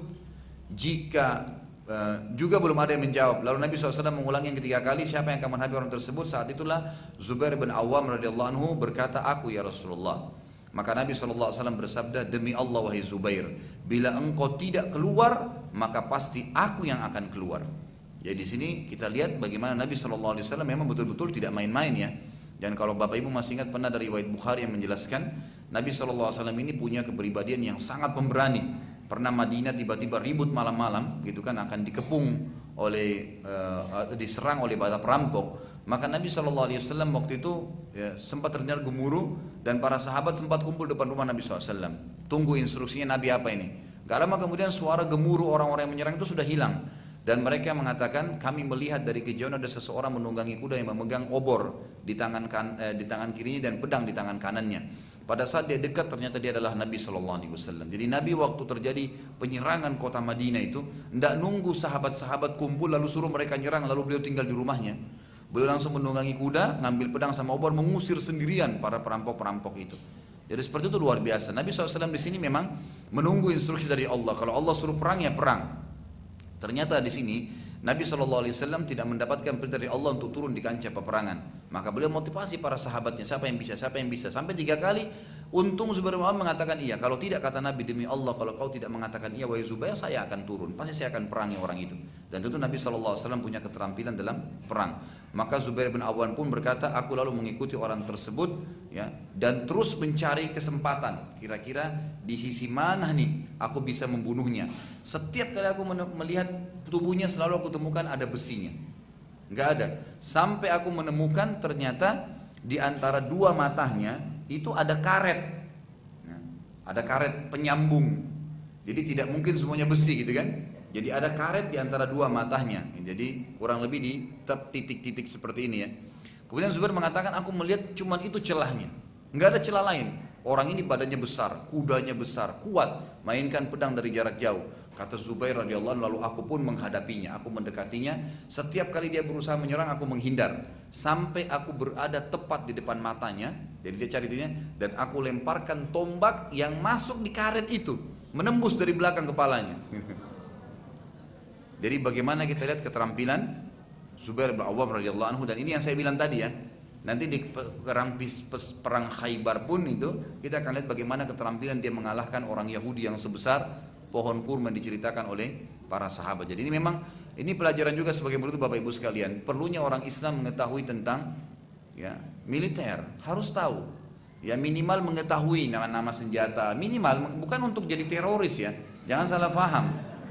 Jika juga belum ada yang menjawab. Lalu Nabi SAW mengulangi yang ketiga kali, siapa yang akan menghadapi orang tersebut? Saat itulah Zubair bin Awam radhiyallahu anhu berkata, aku ya Rasulullah. Maka Nabi SAW bersabda, demi Allah wahai Zubair, bila engkau tidak keluar, maka pasti aku yang akan keluar. Jadi di sini kita lihat bagaimana Nabi SAW memang betul-betul tidak main-main ya. Dan kalau Bapak Ibu masih ingat, pernah dari riwayat Bukhari yang menjelaskan Nabi SAW ini punya kepribadian yang sangat pemberani. Pernah Madinah tiba-tiba ribut malam-malam gitu kan, akan dikepung oleh diserang oleh para perampok. Maka Nabi SAW waktu itu ya, sempat terdengar gemuruh dan para sahabat sempat kumpul depan rumah Nabi SAW. Tunggu instruksinya Nabi apa ini. Gak lama kemudian suara gemuruh orang-orang yang menyerang itu sudah hilang. Dan mereka mengatakan, kami melihat dari kejauhan ada seseorang menunggangi kuda yang memegang obor di tangan kirinya dan pedang di tangan kanannya. Pada saat dia dekat ternyata dia adalah Nabi SAW. Jadi Nabi waktu terjadi penyerangan kota Madinah itu tidak nunggu sahabat-sahabat kumpul lalu suruh mereka nyerang lalu beliau tinggal di rumahnya. Beliau langsung menunggangi kuda, ngambil pedang sama obor, mengusir sendirian para perampok-perampok itu. Jadi seperti itu luar biasa. Nabi SAW di sini memang menunggu instruksi dari Allah. Kalau Allah suruh perang ya perang. Ternyata di sini Nabi SAW tidak mendapatkan perintah dari Allah untuk turun di kancah peperangan. Maka beliau motivasi para sahabatnya, siapa yang bisa, siapa yang bisa. Sampai 3 kali, untung Zubair bin Awam mengatakan iya. Kalau tidak, kata Nabi, demi Allah, kalau kau tidak mengatakan iya wahai Zubair, saya akan turun. Pasti saya akan perangi orang itu. Dan tentu Nabi SAW punya keterampilan dalam perang. Maka Zubair bin Awam pun berkata, aku lalu mengikuti orang tersebut ya, dan terus mencari kesempatan. Kira-kira di sisi mana nih aku bisa membunuhnya. Setiap kali aku melihat tubuhnya selalu aku temukan ada besinya. Nggak ada. Sampai aku menemukan ternyata di antara 2 matanya itu ada karet. Nah, ada karet penyambung. Jadi tidak mungkin semuanya besi gitu kan. Jadi ada karet di antara 2 matanya. Jadi kurang lebih di titik-titik seperti ini ya. Kemudian Zubair mengatakan, aku melihat cuman itu celahnya. Nggak ada celah lain. Orang ini badannya besar, kudanya besar, kuat, mainkan pedang dari jarak jauh. Kata Zubair radhiyallahu anhu, lalu aku pun menghadapinya, aku mendekatinya. Setiap kali dia berusaha menyerang, aku menghindar. Sampai aku berada tepat di depan matanya, jadi dia cari dirinya, dan aku lemparkan tombak yang masuk di karet itu, menembus dari belakang kepalanya. Jadi bagaimana kita lihat keterampilan Zubair bin Awam radhiyallahu anhu, dan ini yang saya bilang tadi ya. Nanti di perang Khaybar pun itu kita akan lihat bagaimana keterampilan dia mengalahkan orang Yahudi yang sebesar pohon kurma diceritakan oleh para sahabat. Jadi ini memang ini pelajaran juga sebagai murid Bapak Ibu sekalian. Perlunya orang Islam mengetahui tentang ya militer, harus tahu. Ya minimal mengetahui nama-nama senjata, minimal bukan untuk jadi teroris ya. Jangan salah paham.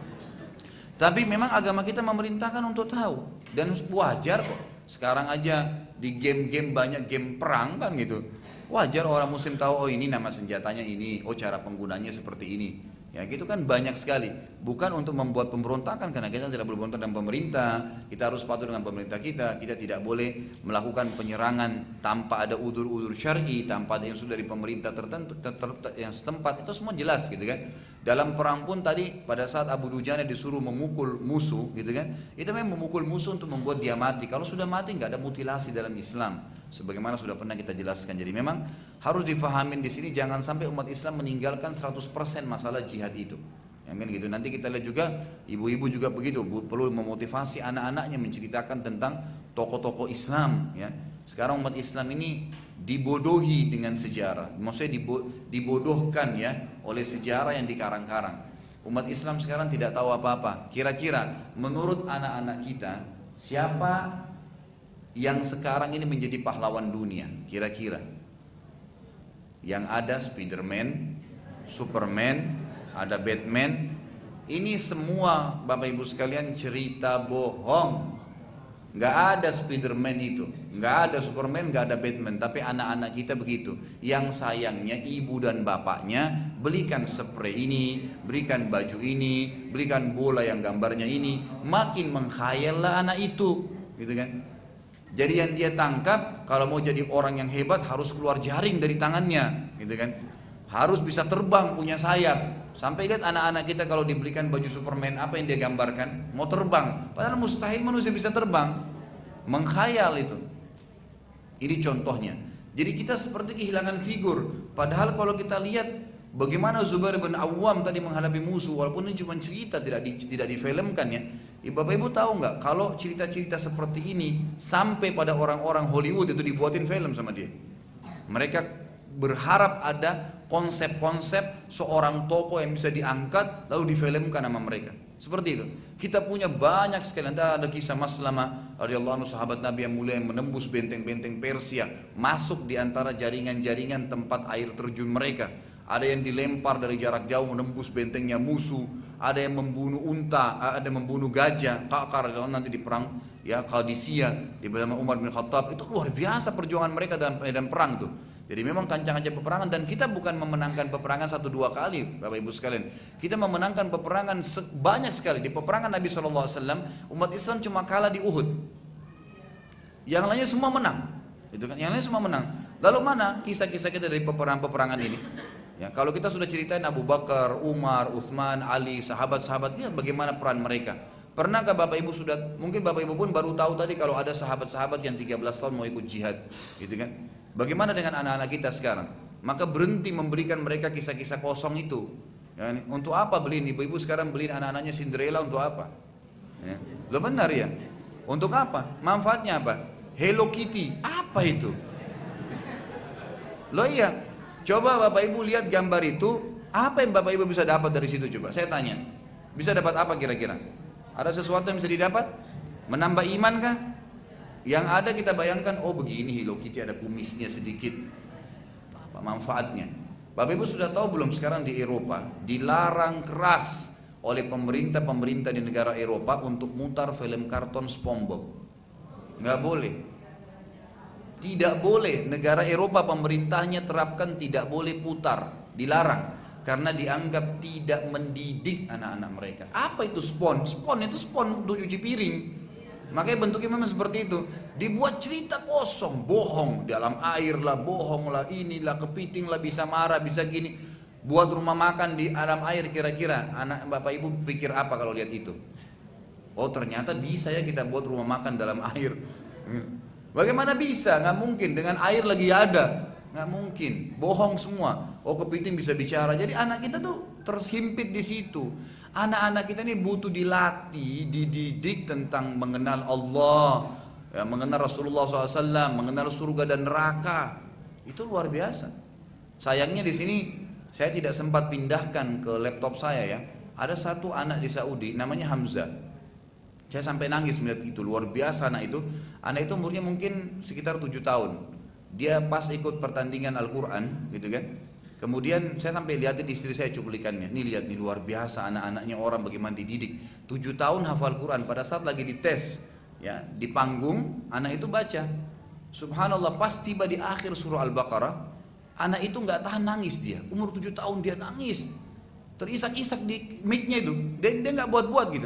Tapi memang agama kita memerintahkan untuk tahu dan wajar kok. Sekarang aja di game-game banyak game perang kan gitu. Wajar orang muslim tahu, oh ini nama senjatanya ini, oh cara penggunanya seperti ini. Ya gitu kan banyak sekali. Bukan untuk membuat pemberontakan, karena kita tidak boleh berontak dengan pemerintah. Kita harus patuh dengan pemerintah kita. Kita tidak boleh melakukan penyerangan tanpa ada udzur-udzur syar'i, tanpa ada yang sudah dari pemerintah tertentu yang setempat. Itu semua jelas gitu kan. Dalam perang pun tadi pada saat Abu Dujana disuruh memukul musuh gitu kan, itu memang memukul musuh untuk membuat dia mati. Kalau sudah mati nggak ada mutilasi dalam Islam, sebagaimana sudah pernah kita jelaskan. Jadi memang harus difahamin di sini, jangan sampai umat Islam meninggalkan 100% masalah jihad itu. Yang kan gitu. Nanti kita lihat juga ibu-ibu juga begitu, perlu memotivasi anak-anaknya menceritakan tentang tokoh-tokoh Islam ya. Sekarang umat Islam ini dibodohi dengan sejarah, maksudnya dibodohkan ya oleh sejarah yang dikarang-karang. Umat Islam sekarang tidak tahu apa-apa. Kira-kira menurut anak-anak kita siapa yang sekarang ini menjadi pahlawan dunia? Kira-kira yang ada Spiderman, Superman, ada Batman. Ini semua Bapak Ibu sekalian cerita bohong. Nggak ada Spiderman itu, nggak ada Superman, nggak ada Batman. Tapi anak-anak kita begitu. Yang sayangnya ibu dan bapaknya belikan spray ini, berikan baju ini, belikan bola yang gambarnya ini. Makin menghayallah anak itu, gitu kan? Jadi yang dia tangkap kalau mau jadi orang yang hebat harus keluar jaring dari tangannya, gitu kan? Harus bisa terbang, punya sayap. Sampai lihat anak-anak kita kalau dibelikan baju Superman, apa yang dia gambarkan? Mau terbang. Padahal mustahil manusia bisa terbang. Mengkhayal itu. Ini contohnya. Jadi kita seperti kehilangan figur. Padahal kalau kita lihat bagaimana Zubair bin Awam tadi menghadapi musuh, walaupun ini cuma cerita, tidak difilmkan ya. Bapak Ibu tahu nggak kalau cerita-cerita seperti ini sampai pada orang-orang Hollywood itu dibuatin film sama dia. Mereka berharap ada konsep-konsep seorang tokoh yang bisa diangkat lalu difilmkan sama mereka. Seperti itu. Kita punya banyak sekali. Nanti ada kisah Maslamah radhiyallahu anhu, sahabat Nabi yang mulia yang menembus benteng-benteng Persia, masuk di antara jaringan-jaringan tempat air terjun mereka. Ada yang dilempar dari jarak jauh menembus bentengnya musuh, ada yang membunuh unta, ada yang membunuh gajah. Ka'kar nanti di perang ya Qadisiyah di bersama Umar bin Khattab. Itu luar biasa perjuangan mereka dalam medan perang tuh. Jadi memang kancah-kancah peperangan, dan kita bukan memenangkan peperangan 1-2 kali Bapak Ibu sekalian. Kita memenangkan peperangan banyak sekali. Di peperangan Nabi SAW umat Islam cuma kalah di Uhud. Yang lainnya semua menang. Itu kan, yang lainnya semua menang. Lalu mana kisah-kisah kita dari peperangan ini? Ya, kalau kita sudah ceritain Abu Bakar, Umar, Uthman, Ali, sahabat-sahabat, lihat bagaimana peran mereka. Pernahkah Bapak Ibu mungkin Bapak Ibu pun baru tahu tadi kalau ada sahabat-sahabat yang 13 tahun mau ikut jihad, gitu kan? Bagaimana dengan anak-anak kita sekarang? Maka berhenti memberikan mereka kisah-kisah kosong itu. Ya, untuk apa beliin ibu-ibu sekarang beliin anak-anaknya Cinderella untuk apa? Ya, lo benar ya? Untuk apa? Manfaatnya apa? Hello Kitty, apa itu? Lo iya, coba Bapak Ibu lihat gambar itu, apa yang Bapak Ibu bisa dapat dari situ coba? Saya tanya, bisa dapat apa kira-kira? Ada sesuatu yang bisa didapat? Menambah iman kah? Yang ada kita bayangkan, oh begini Hello Kitty ada kumisnya sedikit. Apa manfaatnya? Bapak Ibu sudah tahu belum sekarang di Eropa dilarang keras oleh pemerintah-pemerintah di negara Eropa untuk mutar film karton SpongeBob. Nggak boleh. Tidak boleh, negara Eropa pemerintahnya terapkan tidak boleh putar, dilarang. Karena dianggap tidak mendidik anak-anak mereka. Apa itu spon? Spon itu spon untuk cuci piring. Makanya bentuknya memang seperti itu. Dibuat cerita kosong, bohong, dalam air lah, bohong lah, inilah, kepiting lah, bisa marah, bisa gini. Buat rumah makan di alam air, kira-kira anak Bapak Ibu pikir apa kalau lihat itu? Oh ternyata bisa ya kita buat rumah makan dalam air. Bagaimana bisa? Nggak mungkin, dengan air lagi ada. Nggak mungkin, bohong semua. Oh kepiting bisa bicara. Jadi anak kita tuh terhimpit di situ. Anak-anak kita ini butuh dilatih, dididik tentang mengenal Allah, ya, mengenal Rasulullah SAW, mengenal surga dan neraka. Itu luar biasa. Sayangnya di sini saya tidak sempat pindahkan ke laptop saya ya. Ada satu anak di Saudi namanya Hamzah. Saya sampai nangis melihat itu, luar biasa anak itu. Anak itu umurnya mungkin sekitar 7 tahun. Dia pas ikut pertandingan Al-Quran gitu kan. Kemudian saya sampai lihatin istri saya cuplikannya. Nih lihat nih luar biasa anak-anaknya orang bagaimana dididik. 7 tahun hafal Quran, pada saat lagi dites ya, di panggung anak itu baca. Subhanallah, pas tiba di akhir surah Al-Baqarah, anak itu nggak tahan nangis dia. Umur 7 tahun dia nangis. Terisak-isak di mic-nya itu. Dia nggak buat-buat gitu.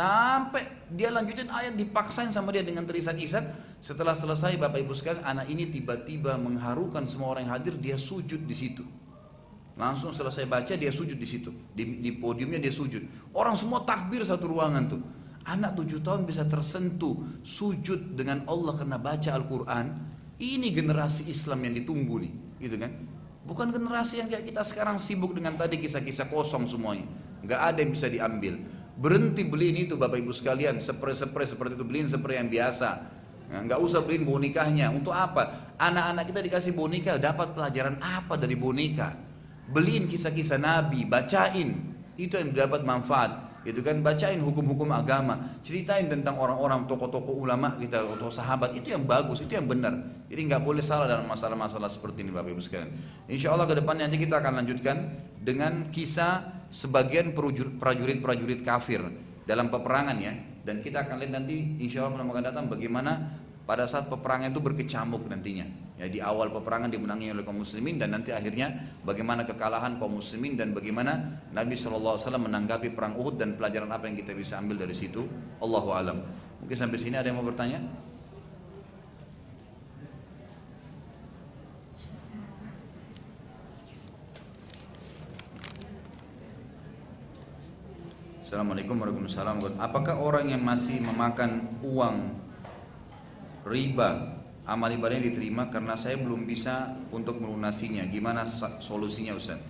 Sampai dia lanjutin ayat, dipaksain sama dia dengan terisak-isak. Setelah selesai Bapak Ibu sekalian, anak ini tiba-tiba mengharukan semua orang yang hadir, dia sujud di situ. Langsung selesai baca dia sujud di situ, di podiumnya dia sujud. Orang semua takbir satu ruangan tuh. Anak 7 tahun bisa tersentuh sujud dengan Allah karena baca Al-Quran. Ini generasi Islam yang ditunggu nih, gitu kan? Bukan generasi yang kayak kita sekarang sibuk dengan tadi kisah-kisah kosong semuanya. Nggak ada yang bisa diambil. Berhenti beliin itu Bapak Ibu sekalian, spray-spray seperti itu, beliin spray yang biasa. Nah, nggak usah beliin bonekanya. Untuk apa? Anak-anak kita dikasih boneka, dapat pelajaran apa dari boneka? Beliin kisah-kisah Nabi, bacain, itu yang dapat manfaat, gitu kan? Bacain hukum-hukum agama, ceritain tentang orang-orang tokoh-tokoh ulama kita, tokoh sahabat, itu yang bagus, itu yang benar. Jadi nggak boleh salah dalam masalah-masalah seperti ini Bapak Ibu sekalian. Insya Allah ke depan nanti kita akan lanjutkan dengan kisah sebagian prajurit-prajurit kafir dalam peperangan ya, dan kita akan lihat nanti insya Allah akan datang bagaimana pada saat peperangan itu berkecamuk nantinya. Ya, di awal peperangan dimenangi oleh kaum muslimin dan nanti akhirnya bagaimana kekalahan kaum muslimin dan bagaimana Nabi SAW menanggapi perang Uhud dan pelajaran apa yang kita bisa ambil dari situ. Allahu alam. Mungkin sampai sini ada yang mau bertanya? Assalamualaikum warahmatullahi wabarakatuh. Apakah orang yang masih memakan uang riba, amal ibadahnya diterima? Karena saya belum bisa untuk melunasinya. Gimana solusinya Ustaz?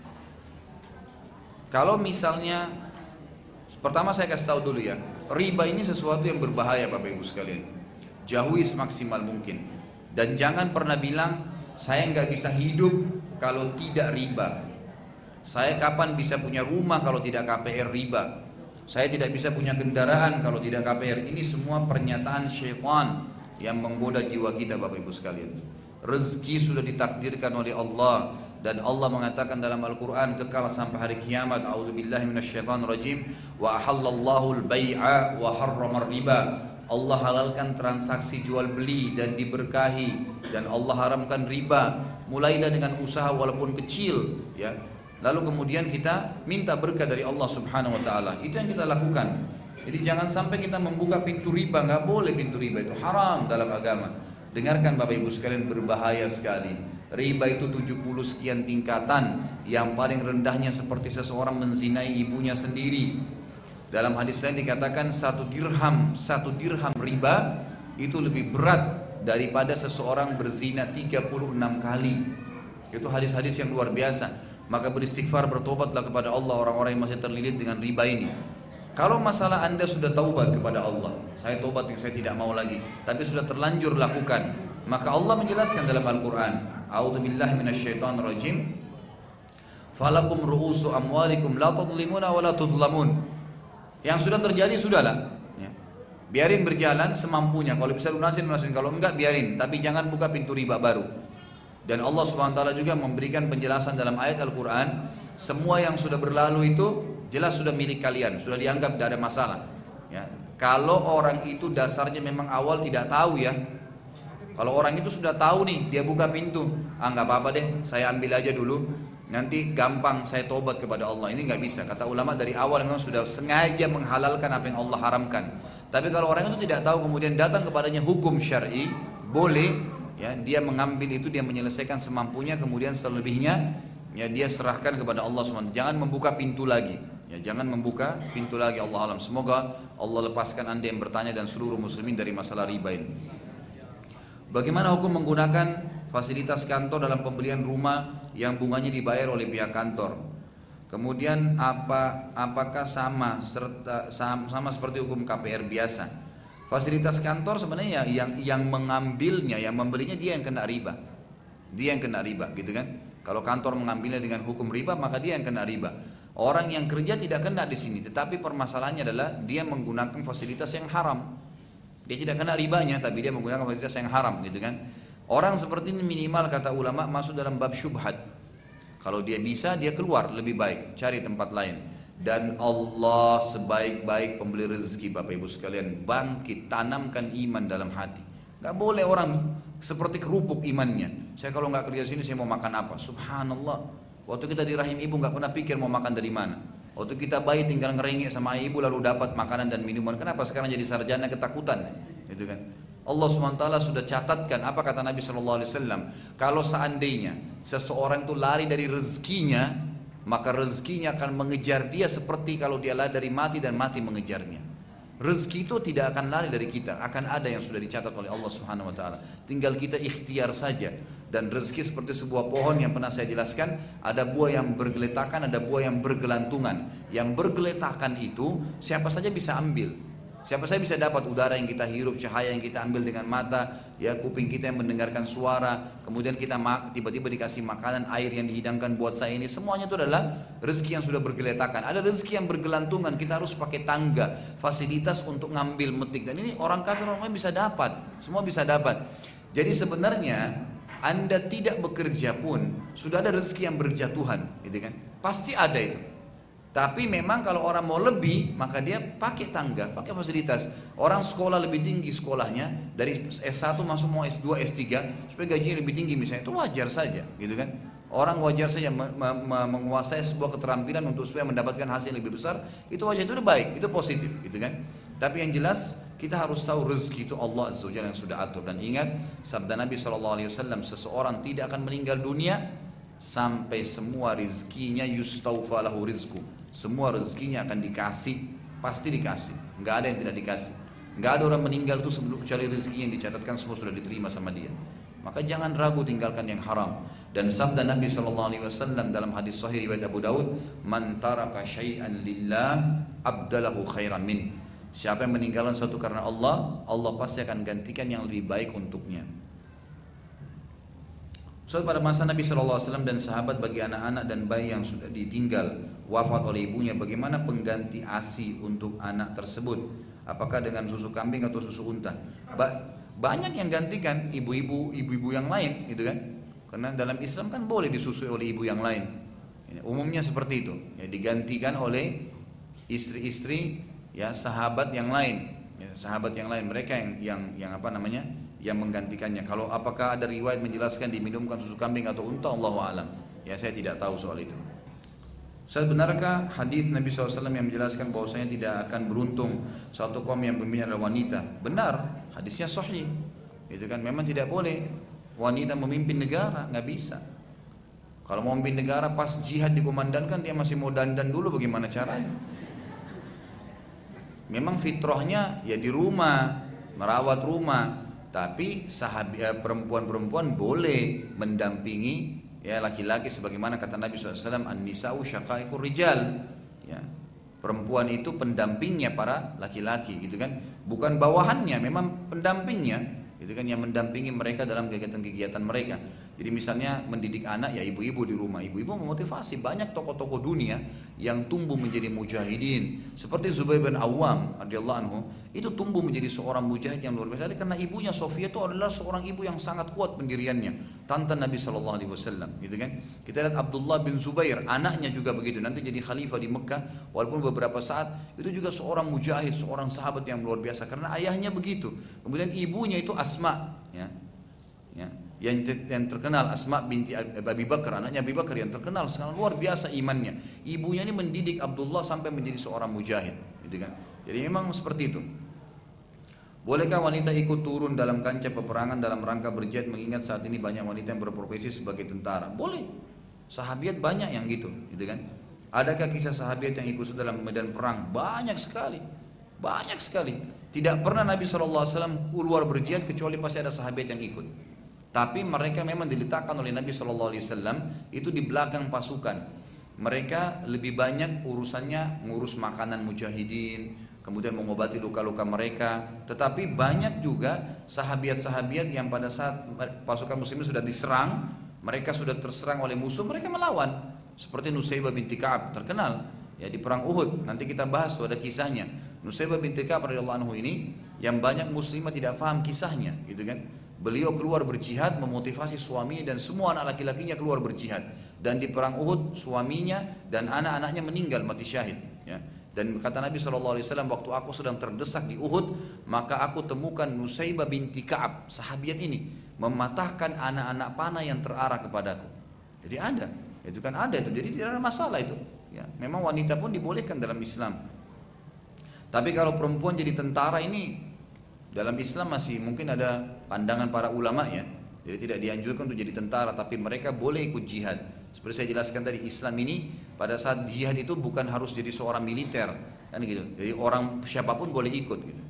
Kalau misalnya, pertama saya kasih tahu dulu ya, riba ini sesuatu yang berbahaya Bapak Ibu sekalian. Jauhi semaksimal mungkin. Dan jangan pernah bilang, saya nggak bisa hidup kalau tidak riba. Saya kapan bisa punya rumah kalau tidak KPR riba? Saya tidak bisa punya kendaraan kalau tidak KPR. Ini semua pernyataan syaitan yang menggoda jiwa kita Bapak Ibu sekalian. Rezeki sudah ditakdirkan oleh Allah, dan Allah mengatakan dalam Al-Quran kekal sampai hari kiamat. A'udzubillahi minasyaitonirrajim. Wa ahallallahu al-bai'a wa harramar riba. Allah halalkan transaksi jual beli dan diberkahi, dan Allah haramkan riba. Mulailah dengan usaha walaupun kecil, ya. Lalu kemudian kita minta berkah dari Allah Subhanahu wa taala. Itu yang kita lakukan. Jadi jangan sampai kita membuka pintu riba, nggak boleh pintu riba, itu haram dalam agama. Dengarkan Bapak Ibu sekalian, berbahaya sekali. Riba itu 70 sekian tingkatan, yang paling rendahnya seperti seseorang menzinai ibunya sendiri. Dalam hadis lain dikatakan satu dirham riba itu lebih berat daripada seseorang berzina 36 kali. Itu hadis-hadis yang luar biasa. Maka beristighfar, bertobatlah kepada Allah orang-orang yang masih terlilit dengan riba ini. Kalau masalah Anda sudah taubat kepada Allah, saya taubat yang saya tidak mau lagi, tapi sudah terlanjur lakukan, maka Allah menjelaskan dalam Al-Quran, A'udzubillahi minasyaitonirrajim, falakum ru'usu amwalikum la tadlimuna wa la tudlamun. Yang sudah terjadi sudahlah, ya. Biarin berjalan semampunya. Kalau bisa lunasin, kalau enggak biarin, tapi jangan buka pintu riba baru. Dan Allah SWT juga memberikan penjelasan dalam ayat Al-Quran, semua yang sudah berlalu itu jelas sudah milik kalian, sudah dianggap tidak ada masalah, ya. Kalau orang itu dasarnya memang awal tidak tahu, ya. Kalau orang itu sudah tahu nih, dia buka pintu, nggak apa-apa deh, saya ambil aja dulu, nanti gampang saya tobat kepada Allah. Ini nggak bisa. Kata ulama, dari awal memang sudah sengaja menghalalkan apa yang Allah haramkan. Tapi kalau orang itu tidak tahu, kemudian datang kepadanya hukum syar'i, boleh, ya, dia mengambil itu, dia menyelesaikan semampunya, kemudian selebihnya ya dia serahkan kepada Allah SWT. Jangan membuka pintu lagi, ya, jangan membuka pintu lagi. Allah alam. Semoga Allah lepaskan Anda yang bertanya dan seluruh muslimin dari masalah riba ini. Bagaimana hukum menggunakan fasilitas kantor dalam pembelian rumah yang bunganya dibayar oleh pihak kantor? Kemudian apakah sama seperti hukum KPR biasa? Fasilitas kantor sebenarnya yang mengambilnya, yang membelinya dia yang kena riba. Dia yang kena riba, gitu kan? Kalau kantor mengambilnya dengan hukum riba, maka dia yang kena riba. Orang yang kerja tidak kena di sini, tetapi permasalahannya adalah dia menggunakan fasilitas yang haram. Dia tidak kena ribanya, tapi dia menggunakan fasilitas yang haram, gitu kan? Orang seperti ini minimal kata ulama masuk dalam bab syubhat. Kalau dia bisa, dia keluar lebih baik, cari tempat lain. Dan Allah sebaik-baik pemberi rezeki Bapak Ibu sekalian, bangkit, tanamkan iman dalam hati. Gak boleh orang seperti kerupuk imannya. Saya kalau gak kerja sini saya mau makan apa? Subhanallah. Waktu kita di rahim ibu gak pernah pikir mau makan dari mana. Waktu kita bayi tinggal ngerengek sama ibu lalu dapat makanan dan minuman. Kenapa sekarang jadi sarjana ketakutan? Gitu kan? Allah SWT sudah catatkan, apa kata Nabi SAW, kalau seandainya seseorang itu lari dari rezekinya, maka rezekinya akan mengejar dia seperti kalau dia lari dari mati dan mati mengejarnya. Rezeki itu tidak akan lari dari kita, akan ada yang sudah dicatat oleh Allah Subhanahu wa taala. Tinggal kita ikhtiar saja. Dan rezeki seperti sebuah pohon yang pernah saya jelaskan, ada buah yang bergeletakan, ada buah yang bergelantungan. Yang bergeletakan itu siapa saja bisa ambil. Siapa saja bisa dapat udara yang kita hirup, cahaya yang kita ambil dengan mata, ya, kuping kita yang mendengarkan suara, kemudian kita tiba-tiba dikasih makanan, air yang dihidangkan buat saya ini, semuanya itu adalah rezeki yang sudah bergeletakan. Ada rezeki yang bergelantungan, kita harus pakai tangga, fasilitas untuk ngambil metik, dan ini orang kafir orang lain bisa dapat, semua bisa dapat. Jadi sebenarnya Anda tidak bekerja pun sudah ada rezeki yang berjatuhan, gitu kan? Pasti ada itu. Tapi memang kalau orang mau lebih, maka dia pakai tangga, pakai fasilitas. Orang sekolah lebih tinggi sekolahnya, dari S1 masuk mau S2, S3, supaya gajinya lebih tinggi misalnya, itu wajar saja, gitu kan? Orang wajar saja menguasai sebuah keterampilan untuk supaya mendapatkan hasil yang lebih besar, itu wajar, itu udah baik, itu positif, gitu kan? Tapi yang jelas kita harus tahu rezeki itu Allah Azza wa Jalla yang sudah atur. Dan ingat sabda Nabi SAW, seseorang tidak akan meninggal dunia sampai semua rizkinya yustaufa lahu rizku, semua rezekinya akan dikasih pasti dikasih. Nggak ada yang tidak dikasih. Nggak ada orang meninggal itu sebelum kecuali rezekinya yang dicatatkan semua sudah diterima sama dia. Maka jangan ragu tinggalkan yang haram. Dan sabda Nabi SAW dalam hadis sahih riwayat Abu Daud, "Man taraka syai'an lillah abdalahu khairan min." Siapa yang meninggalkan sesuatu karena Allah, Allah pasti akan gantikan yang lebih baik untuknya. So, pada masa Nabi SAW dan sahabat bagi anak-anak dan bayi yang sudah ditinggal wafat oleh ibunya, bagaimana pengganti ASI untuk anak tersebut? Apakah dengan susu kambing atau susu unta? Banyak yang gantikan ibu-ibu yang lain, gitu kan? Karena dalam Islam kan boleh disusui oleh ibu yang lain. Umumnya seperti itu. Ya, digantikan oleh istri-istri ya sahabat yang lain. Ya, sahabat yang lain mereka yang apa namanya? Yang menggantikannya. Kalau apakah ada riwayat menjelaskan diminumkan susu kambing atau unta, Allahu a'lam. Ya, saya tidak tahu soal itu. Benarkah hadis Nabi SAW yang menjelaskan bahwasanya tidak akan beruntung suatu kaum yang pemimpinnya adalah wanita? Benar, hadisnya sahih. Itu kan memang tidak boleh wanita memimpin negara, nggak bisa. Kalau mau memimpin negara pas jihad dikumandangkan dia masih mau dandan dulu, bagaimana caranya? Memang fitrahnya ya di rumah, merawat rumah, tapi perempuan-perempuan boleh mendampingi ya laki-laki sebagaimana kata Nabi SAW, an-nisa'u syaqaiqur rijal, ya, perempuan itu pendampingnya para laki-laki, gitu kan, bukan bawahannya, memang pendampingnya, gitu kan, yang mendampingi mereka dalam kegiatan-kegiatan mereka. Jadi misalnya mendidik anak ya ibu-ibu di rumah, ibu-ibu memotivasi. Banyak tokoh-tokoh dunia yang tumbuh menjadi mujahidin seperti Zubair bin Awam radhiyallahu anhu, itu tumbuh menjadi seorang mujahid yang luar biasa karena ibunya Sofia itu adalah seorang ibu yang sangat kuat pendiriannya, tante Nabi SAW, gitu kan. Kita lihat Abdullah bin Zubair, anaknya juga begitu, nanti jadi khalifah di Mekah walaupun beberapa saat, itu juga seorang mujahid, seorang sahabat yang luar biasa karena ayahnya begitu. Kemudian ibunya itu Asma, ya yang terkenal, Asma binti Abi Bakar, anaknya Abi Bakar yang terkenal sangat luar biasa imannya. Ibunya ini mendidik Abdullah sampai menjadi seorang mujahid, gitu kan. Jadi memang seperti itu. Bolehkah wanita ikut turun dalam kancah peperangan dalam rangka berjihad, mengingat saat ini banyak wanita yang berprofesi sebagai tentara? Boleh. Sahabiat banyak yang gitu kan. Adakah kisah sahabiat yang ikut dalam medan perang? Banyak sekali. Banyak sekali. Tidak pernah Nabi SAW keluar berjihad kecuali pasti ada sahabat yang ikut. Tapi mereka memang diletakkan oleh Nabi SAW itu di belakang pasukan. Mereka lebih banyak urusannya ngurus makanan mujahidin, kemudian mengobati luka-luka mereka. Tetapi banyak juga sahabiat-sahabiat yang pada saat pasukan muslimin sudah diserang, mereka sudah terserang oleh musuh, mereka melawan. Seperti Nusaybah binti Ka'ab, terkenal ya di perang Uhud. Nanti kita bahas tuh ada kisahnya. Nusaybah binti Ka'ab radhiyallahu anhu ini yang banyak muslimah tidak paham kisahnya, gitu kan. Beliau keluar berjihad memotivasi suaminya dan semua anak laki-lakinya keluar berjihad. Dan di perang Uhud suaminya dan anak-anaknya meninggal mati syahid. Ya. Dan kata Nabi SAW, waktu aku sedang terdesak di Uhud, maka aku temukan Nusaybah binti Ka'ab, sahabiat ini, mematahkan anak-anak panah yang terarah kepadaku. Jadi ada, itu kan ada itu. Jadi tidak ada masalah itu. Ya. Memang wanita pun dibolehkan dalam Islam. Tapi kalau perempuan jadi tentara ini, dalam Islam masih mungkin ada pandangan para ulama ya. Jadi tidak dianjurkan untuk jadi tentara, tapi mereka boleh ikut jihad. Seperti saya jelaskan tadi, Islam ini pada saat jihad itu bukan harus jadi seorang militer, kan gitu. Jadi orang siapapun boleh ikut gitu.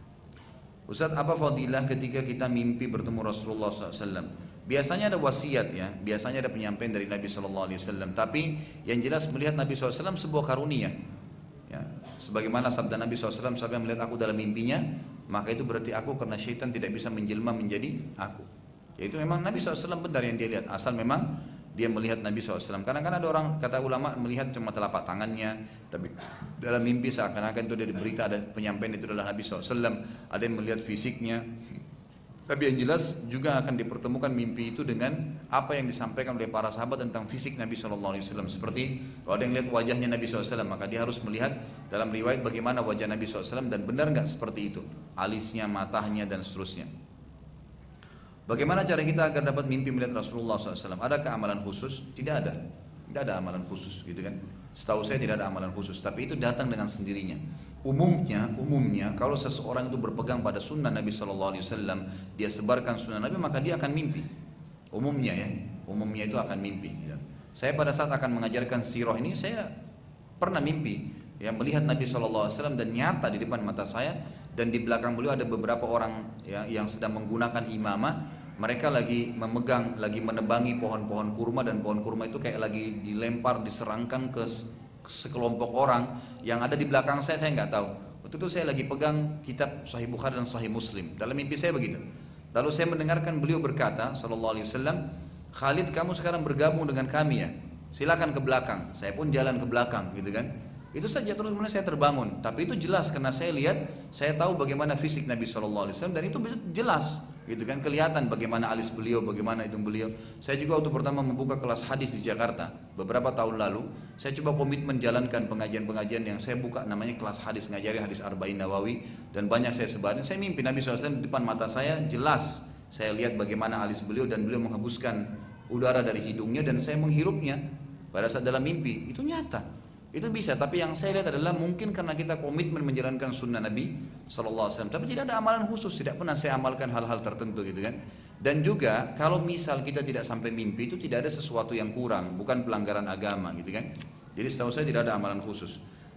Ustaz, apa fadilah ketika kita mimpi bertemu Rasulullah SAW? Biasanya ada wasiat ya, biasanya ada penyampaian dari Nabi SAW. Tapi yang jelas melihat Nabi SAW sebuah karunia. Ya, sebagaimana sabda Nabi SAW, siapa yang melihat aku dalam mimpinya, maka itu berarti aku, karena syaitan tidak bisa menjelma menjadi aku. Yaitu memang Nabi SAW benar yang dia lihat, asal memang dia melihat Nabi SAW. Karena kan ada orang, kata ulama, melihat cuma telapak tangannya, tapi dalam mimpi seakan-akan itu dia diberita ada penyampaian itu adalah Nabi SAW. Ada yang melihat fisiknya. Tapi yang jelas juga akan dipertemukan mimpi itu dengan apa yang disampaikan oleh para sahabat tentang fisik Nabi SAW. Seperti kalau ada yang lihat wajahnya Nabi SAW, maka dia harus melihat dalam riwayat bagaimana wajah Nabi SAW dan benar nggak seperti itu, alisnya, matanya dan seterusnya. Bagaimana cara kita agar dapat mimpi melihat Rasulullah SAW? Adakah amalan khusus? Tidak ada. Tidak ada amalan khusus, gitu kan? Setahu saya tidak ada amalan khusus, tapi itu datang dengan sendirinya. Umumnya kalau seseorang itu berpegang pada sunnah Nabi SAW, dia sebarkan sunnah Nabi, maka dia akan mimpi. Umumnya itu akan mimpi. Ya. Saya pada saat akan mengajarkan sirah ini, saya pernah mimpi. ya melihat Nabi SAW dan nyata di depan mata saya, dan di belakang beliau ada beberapa orang ya, yang sedang menggunakan imamah. Mereka lagi memegang, lagi menebangi pohon-pohon kurma, dan pohon kurma itu kayak lagi dilempar, diserangkan ke sekelompok orang yang ada di belakang saya nggak tahu. Waktu itu saya lagi pegang kitab Sahih Bukhari dan Sahih Muslim. Dalam mimpi saya begitu. Lalu saya mendengarkan beliau berkata, sallallahu alaihi wasallam, Khalid, kamu sekarang bergabung dengan kami ya. Silakan ke belakang. Saya pun jalan ke belakang, gitu kan. Itu saja, terus kemudian saya terbangun. Tapi itu jelas karena saya lihat, saya tahu bagaimana fisik Nabi sallallahu alaihi wasallam, dan itu jelas, gitu kan, kelihatan bagaimana alis beliau, bagaimana hidung beliau. Saya juga waktu pertama membuka kelas hadis di Jakarta beberapa tahun lalu, saya coba komitmen jalankan pengajian-pengajian yang saya buka, namanya kelas hadis, ngajarin hadis Arba'in Nawawi, dan banyak saya sebarin. Saya mimpi Nabi SAW di depan mata saya, jelas saya lihat bagaimana alis beliau, dan beliau menghembuskan udara dari hidungnya dan saya menghirupnya pada saat dalam mimpi. Itu nyata, itu bisa. Tapi yang saya lihat adalah mungkin karena kita komitmen menjalankan sunnah Nabi SAW, tapi tidak ada amalan khusus, tidak pernah saya amalkan hal-hal tertentu, gitu kan. Dan juga kalau misal kita tidak sampai mimpi, itu tidak ada sesuatu yang kurang, bukan pelanggaran agama, gitu kan. Jadi setahu saya tidak ada amalan khusus.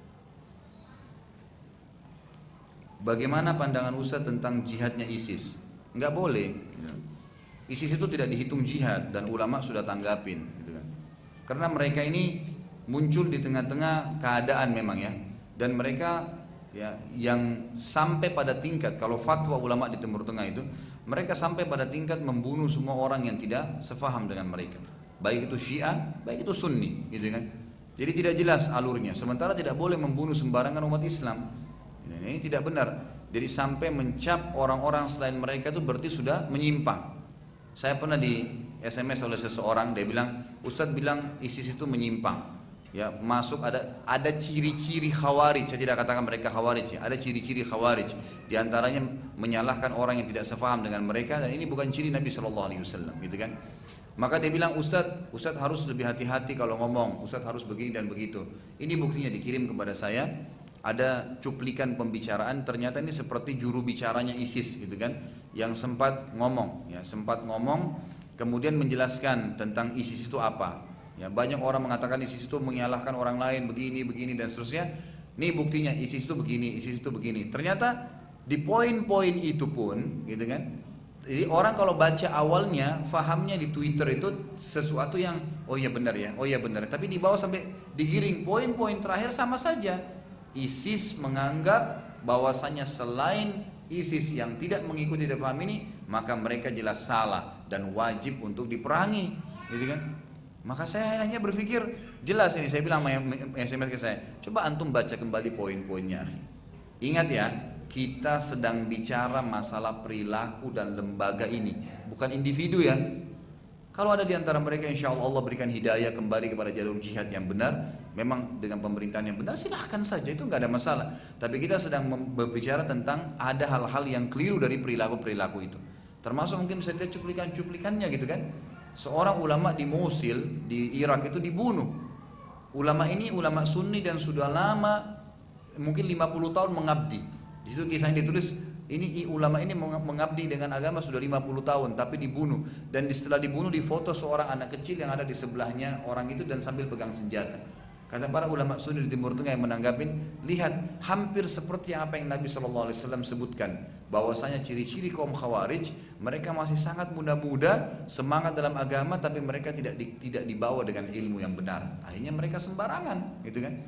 Bagaimana pandangan Ustaz tentang jihadnya ISIS? Enggak boleh. ISIS itu tidak dihitung jihad, dan ulama sudah tanggapin, gitu kan. Karena mereka ini muncul di tengah-tengah keadaan memang ya, dan mereka ya yang sampai pada tingkat, kalau fatwa ulama di Timur Tengah itu, mereka sampai pada tingkat membunuh semua orang yang tidak sefaham dengan mereka, baik itu Syiah, baik itu Sunni, gitu kan. Jadi tidak jelas alurnya. Sementara tidak boleh membunuh sembarangan umat Islam. Ini tidak benar. Jadi sampai mencap orang-orang selain mereka itu berarti sudah menyimpang. Saya pernah di SMS oleh seseorang, dia bilang, Ustadz bilang ISIS itu menyimpang. Ya, masuk ada ciri-ciri khawarij. Saya tidak katakan mereka khawarij ya. Ada ciri-ciri khawarij. Di antaranya menyalahkan orang yang tidak sepaham dengan mereka, dan ini bukan ciri Nabi Shallallahu Alaihi Wasallam, gitu kan. Maka dia bilang, Ustadz harus lebih hati-hati kalau ngomong. Ustadz harus begini dan begitu. Ini buktinya dikirim kepada saya. Ada cuplikan pembicaraan. Ternyata ini seperti juru bicaranya ISIS, gitu kan, yang sempat ngomong, ya, kemudian menjelaskan tentang ISIS itu apa. Ya, banyak orang mengatakan ISIS itu menyalahkan orang lain begini dan seterusnya. Ini buktinya ISIS itu begini, ISIS itu begini. Ternyata di poin-poin itu pun, gitu kan. Jadi orang kalau baca awalnya, fahamnya di Twitter itu sesuatu yang oh iya benar ya, oh iya benar. Tapi di bawah sampai digiring poin-poin terakhir sama saja. ISIS menganggap bahwasanya selain ISIS yang tidak mengikuti dan paham ini, maka mereka jelas salah dan wajib untuk diperangi, gitu kan. Maka saya hanya berpikir, jelas ini saya bilang SMS ke saya, coba antum baca kembali poin-poinnya. Ingat ya, kita sedang bicara masalah perilaku dan lembaga ini, bukan individu ya. Kalau ada di antara mereka insya Allah berikan hidayah kembali kepada jalur jihad yang benar, memang dengan pemerintahan yang benar, silahkan saja, itu nggak ada masalah. Tapi kita sedang berbicara tentang ada hal-hal yang keliru dari perilaku-perilaku itu. Termasuk mungkin bisa lihat cuplikan-cuplikannya, gitu kan. Seorang ulama di Mosul, di Irak itu dibunuh. Ulama ini ulama Sunni dan sudah lama, mungkin 50 tahun mengabdi. Di situ kisahnya ditulis, ini ulama ini mengabdi dengan agama sudah 50 tahun, tapi dibunuh. Dan setelah dibunuh difoto seorang anak kecil yang ada di sebelahnya orang itu dan sambil pegang senjata. Kata para ulama Sunni di Timur Tengah yang menanggapin, lihat hampir seperti apa yang Nabi SAW sebutkan, bahwasanya ciri-ciri kaum Khawarij, mereka masih sangat muda-muda, semangat dalam agama, tapi mereka tidak dibawa dengan ilmu yang benar. Akhirnya mereka sembarangan, gitu kan.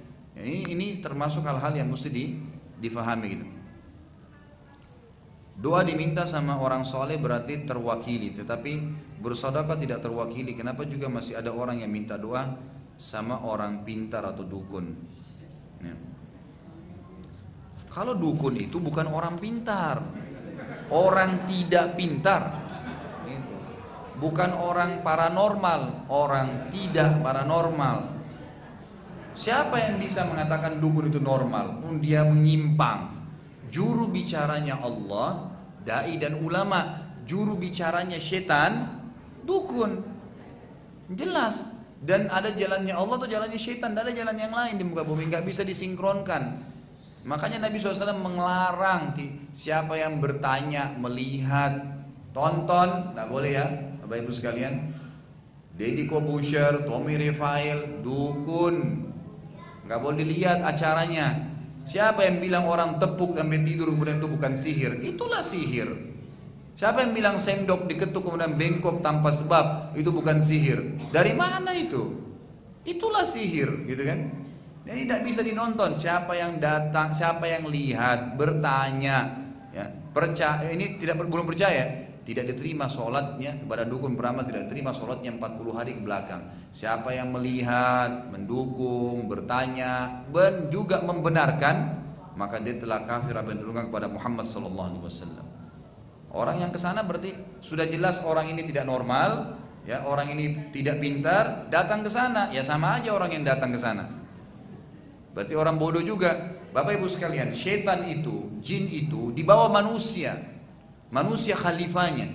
Ini termasuk hal-hal yang mesti difahami, gitu. Doa diminta sama orang soleh berarti terwakili, tetapi bersedekah tidak terwakili. Kenapa juga masih ada orang yang minta doa sama orang pintar atau dukun? Ya. Kalau dukun itu bukan orang pintar, orang tidak pintar, bukan orang paranormal, orang tidak paranormal. Siapa yang bisa mengatakan dukun itu normal? Dia menyimpang. Juru bicaranya Allah, dai dan ulama. Juru bicaranya setan, dukun. Jelas. Dan ada jalannya Allah atau jalannya setan, tidak ada jalan yang lain di muka bumi, nggak bisa disinkronkan. Makanya Nabi SAW melarang siapa yang bertanya, melihat, tonton, nggak boleh ya, Bapak Ibu sekalian. Deddy Corbuzier, Tommy Refael, dukun, nggak boleh dilihat acaranya. Siapa yang bilang orang tepuk sampai tidur kemudian itu bukan sihir? Itulah sihir. Siapa yang bilang sendok diketuk kemudian bengkok tanpa sebab itu bukan sihir? Dari mana itu? Itulah sihir, gitu kan? Jadi tidak bisa dinonton. Siapa yang datang, siapa yang lihat, bertanya, ya, percaya ini belum percaya. Tidak diterima sholatnya kepada dukun beramal, tidak diterima sholatnya 40 hari ke belakang. Siapa yang melihat, mendukung, bertanya, dan juga membenarkan, maka dia telah kafir apa yang diturunkan kepada Muhammad SAW. Orang yang kesana berarti sudah jelas orang ini tidak normal, ya, orang ini tidak pintar, datang ke sana, ya sama aja orang yang datang ke sana. Berarti orang bodoh juga. Bapak Ibu sekalian, setan itu, jin itu dibawa manusia. Manusia khalifahnya.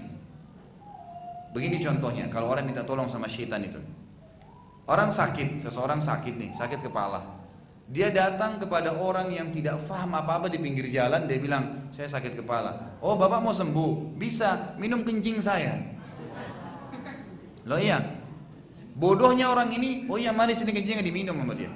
Begini contohnya, kalau orang minta tolong sama syaitan itu. Orang sakit, seseorang sakit nih, sakit kepala. Dia datang kepada orang yang tidak faham apa-apa di pinggir jalan, dia bilang, saya sakit kepala. Oh, bapak mau sembuh? Bisa, minum kencing saya. Loh iya, bodohnya orang ini, oh iya mari sini kencingnya diminum sama dia.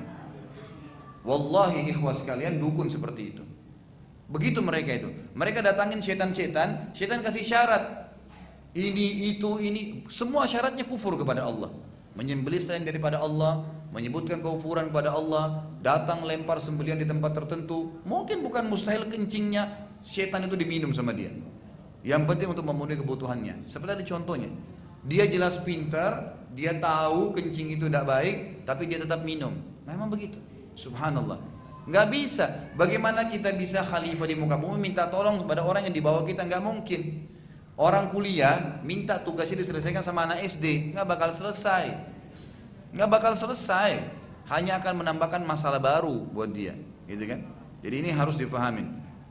Wallahi ikhwas sekalian, dukun seperti itu. Begitu mereka itu. Mereka datangin setan-setan, setan kasih syarat. Ini, itu, ini. Semua syaratnya kufur kepada Allah. Menyembelih selain daripada Allah, menyebutkan kekufuran kepada Allah, datang lempar sembelihan di tempat tertentu. Mungkin bukan mustahil kencingnya setan itu diminum sama dia. Yang penting untuk memenuhi kebutuhannya. Seperti ada contohnya. Dia jelas pintar, dia tahu kencing itu tidak baik, tapi dia tetap minum. Memang begitu. Subhanallah. Nggak bisa. Bagaimana kita bisa khalifah di muka bumi minta tolong kepada orang yang di bawah kita? Nggak mungkin. Orang kuliah minta tugasnya diselesaikan sama anak SD, nggak bakal selesai. Nggak bakal selesai. Hanya akan menambahkan masalah baru buat dia, gitu kan? Jadi ini harus difahamin.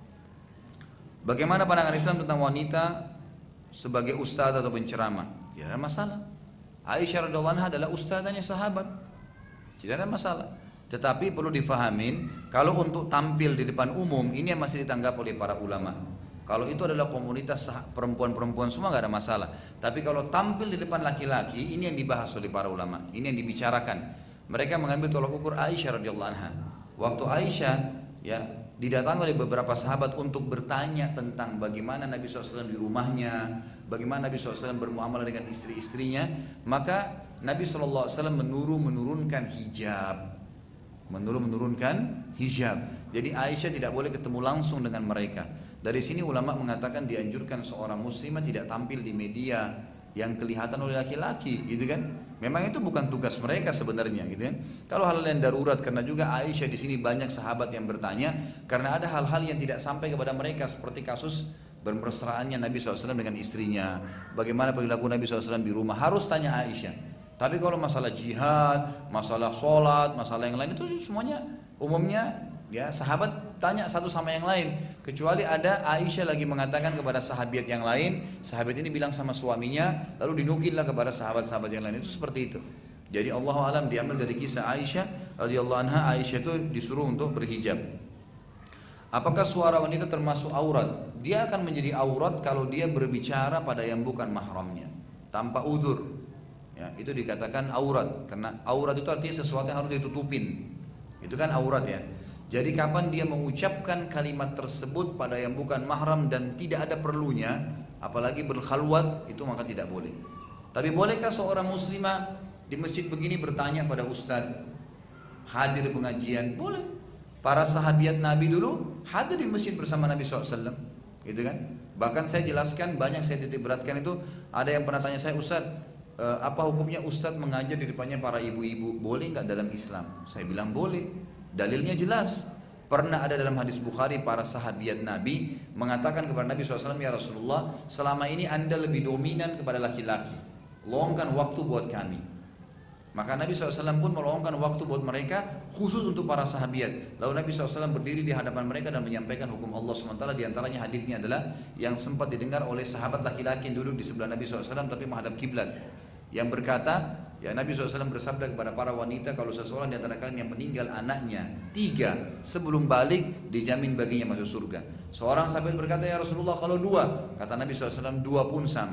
Bagaimana pandangan Islam tentang wanita sebagai ustadz atau penceramah? Tidak ada masalah. Aisyah radhiyallahu anha adalah ustadzanya sahabat. Tidak ada masalah. Tetapi perlu difahamin, kalau untuk tampil di depan umum, ini yang masih ditanggap oleh para ulama. Kalau itu adalah komunitas perempuan-perempuan semua nggak ada masalah. Tapi kalau tampil di depan laki-laki, ini yang dibahas oleh para ulama. Ini yang dibicarakan. Mereka mengambil tolak ukur Aisyah radhiyallahu anha. Waktu Aisyah ya didatangi oleh beberapa sahabat untuk bertanya tentang bagaimana Nabi SAW di rumahnya, bagaimana Nabi SAW bermuamalah dengan istri-istrinya, maka Nabi SAW menurunkan hijab. Menurunkan hijab. Jadi Aisyah tidak boleh ketemu langsung dengan mereka. Dari sini ulama mengatakan dianjurkan seorang muslimah tidak tampil di media yang kelihatan oleh laki-laki, gitu kan? Memang itu bukan tugas mereka sebenarnya, gitu kan? Kalau hal yang darurat, karena juga Aisyah di sini banyak sahabat yang bertanya, karena ada hal-hal yang tidak sampai kepada mereka seperti kasus bermesraannya Nabi SAW dengan istrinya, bagaimana perilaku Nabi SAW di rumah, harus tanya Aisyah. Tapi kalau masalah jihad, masalah sholat, masalah yang lain itu semuanya umumnya ya sahabat tanya satu sama yang lain. Kecuali ada Aisyah lagi mengatakan kepada sahabat yang lain, sahabat ini bilang sama suaminya, lalu dinukillah kepada sahabat-sahabat yang lain. Itu seperti itu. Jadi Allah alam diambil dari kisah Aisyah radhiyallahu anha. Aisyah itu disuruh untuk berhijab. Apakah suara wanita termasuk aurat? Dia akan menjadi aurat kalau dia berbicara pada yang bukan mahramnya, tanpa udzur. Ya, itu dikatakan aurat, karena aurat itu artinya sesuatu yang harus ditutupin. Itu kan aurat ya. Jadi kapan dia mengucapkan kalimat tersebut pada yang bukan mahram dan tidak ada perlunya, apalagi berkhalwat, itu maka tidak boleh. Tapi bolehkah seorang muslimah di masjid begini bertanya pada ustadz, hadir pengajian? Boleh. Para sahabat Nabi dulu hadir di masjid bersama Nabi SAW, gitu kan? Bahkan saya jelaskan, banyak saya titik beratkan itu. Ada yang pernah tanya saya, ustadz, apa hukumnya ustadz mengajar di depannya para ibu-ibu? Boleh nggak dalam Islam? Saya bilang boleh. Dalilnya jelas. Pernah ada dalam hadis Bukhari para sahabiat Nabi mengatakan kepada Nabi SAW, ya Rasulullah, selama ini anda lebih dominan kepada laki-laki, luangkan waktu buat kami. Maka Nabi SAW pun meluangkan waktu buat mereka, khusus untuk para sahabiat. Lalu Nabi SAW berdiri di hadapan mereka dan menyampaikan hukum Allah SWT. Di antaranya hadisnya adalah yang sempat didengar oleh sahabat laki-laki yang duduk di sebelah Nabi SAW tapi menghadap kiblat, yang berkata, ya Nabi SAW bersabda kepada para wanita, kalau seseorang di antara kalian yang meninggal anaknya 3 sebelum balik, dijamin baginya masuk surga. Seorang sahabat berkata, ya Rasulullah kalau 2, kata Nabi SAW 2 pun sama.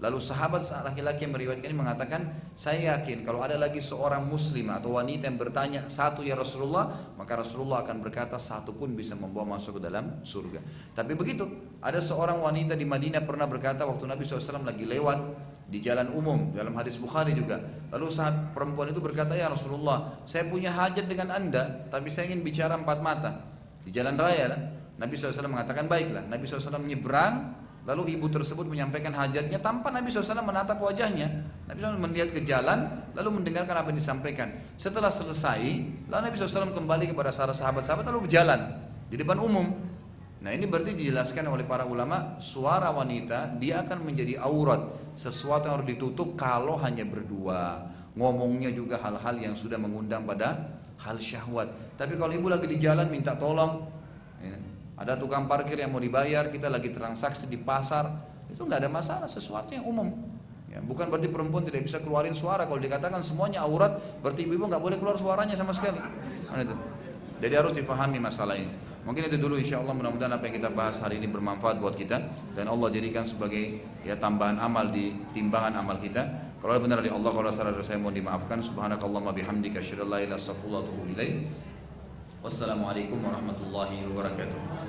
Lalu sahabat laki-laki yang meriwayatkan ini mengatakan, saya yakin kalau ada lagi seorang muslim atau wanita yang bertanya satu ya Rasulullah, maka Rasulullah akan berkata satu pun bisa membawa masuk ke dalam surga. Tapi begitu, ada seorang wanita di Madinah pernah berkata waktu Nabi SAW lagi lewat di jalan umum, dalam hadis Bukhari juga. Lalu saat perempuan itu berkata, ya Rasulullah, saya punya hajat dengan anda, tapi saya ingin bicara empat mata di jalan raya. Nabi SAW mengatakan baiklah. Nabi SAW menyeberang. Lalu ibu tersebut menyampaikan hajatnya tanpa Nabi SAW menatap wajahnya. Nabi SAW melihat ke jalan, lalu mendengarkan apa yang disampaikan. Setelah selesai, lalu Nabi SAW kembali kepada sahabat-sahabat lalu berjalan di depan umum. Nah ini berarti dijelaskan oleh para ulama, suara wanita dia akan menjadi aurat, sesuatu yang harus ditutup kalau hanya berdua. Ngomongnya juga hal-hal yang sudah mengundang pada hal syahwat. Tapi kalau ibu lagi di jalan minta tolong, ada tukang parkir yang mau dibayar, kita lagi transaksi di pasar, itu nggak ada masalah, sesuatu yang umum. Ya, bukan berarti perempuan tidak bisa keluarin suara. Kalau dikatakan semuanya aurat, berarti ibu-ibu nggak boleh keluar suaranya sama sekali. Jadi harus difahami masalah ini. Mungkin itu dulu, insya Allah mudah-mudahan apa yang kita bahas hari ini bermanfaat buat kita dan Allah jadikan sebagai ya tambahan amal di timbangan amal kita. Kalau benar dari Allah, kalau salah dari saya mohon dimaafkan. Subhanakallahumma bihamdika asyhadu an la ilaha illa anta astaghfiruka wa atubu ilaik. Wassalamualaikum warahmatullahi wabarakatuh.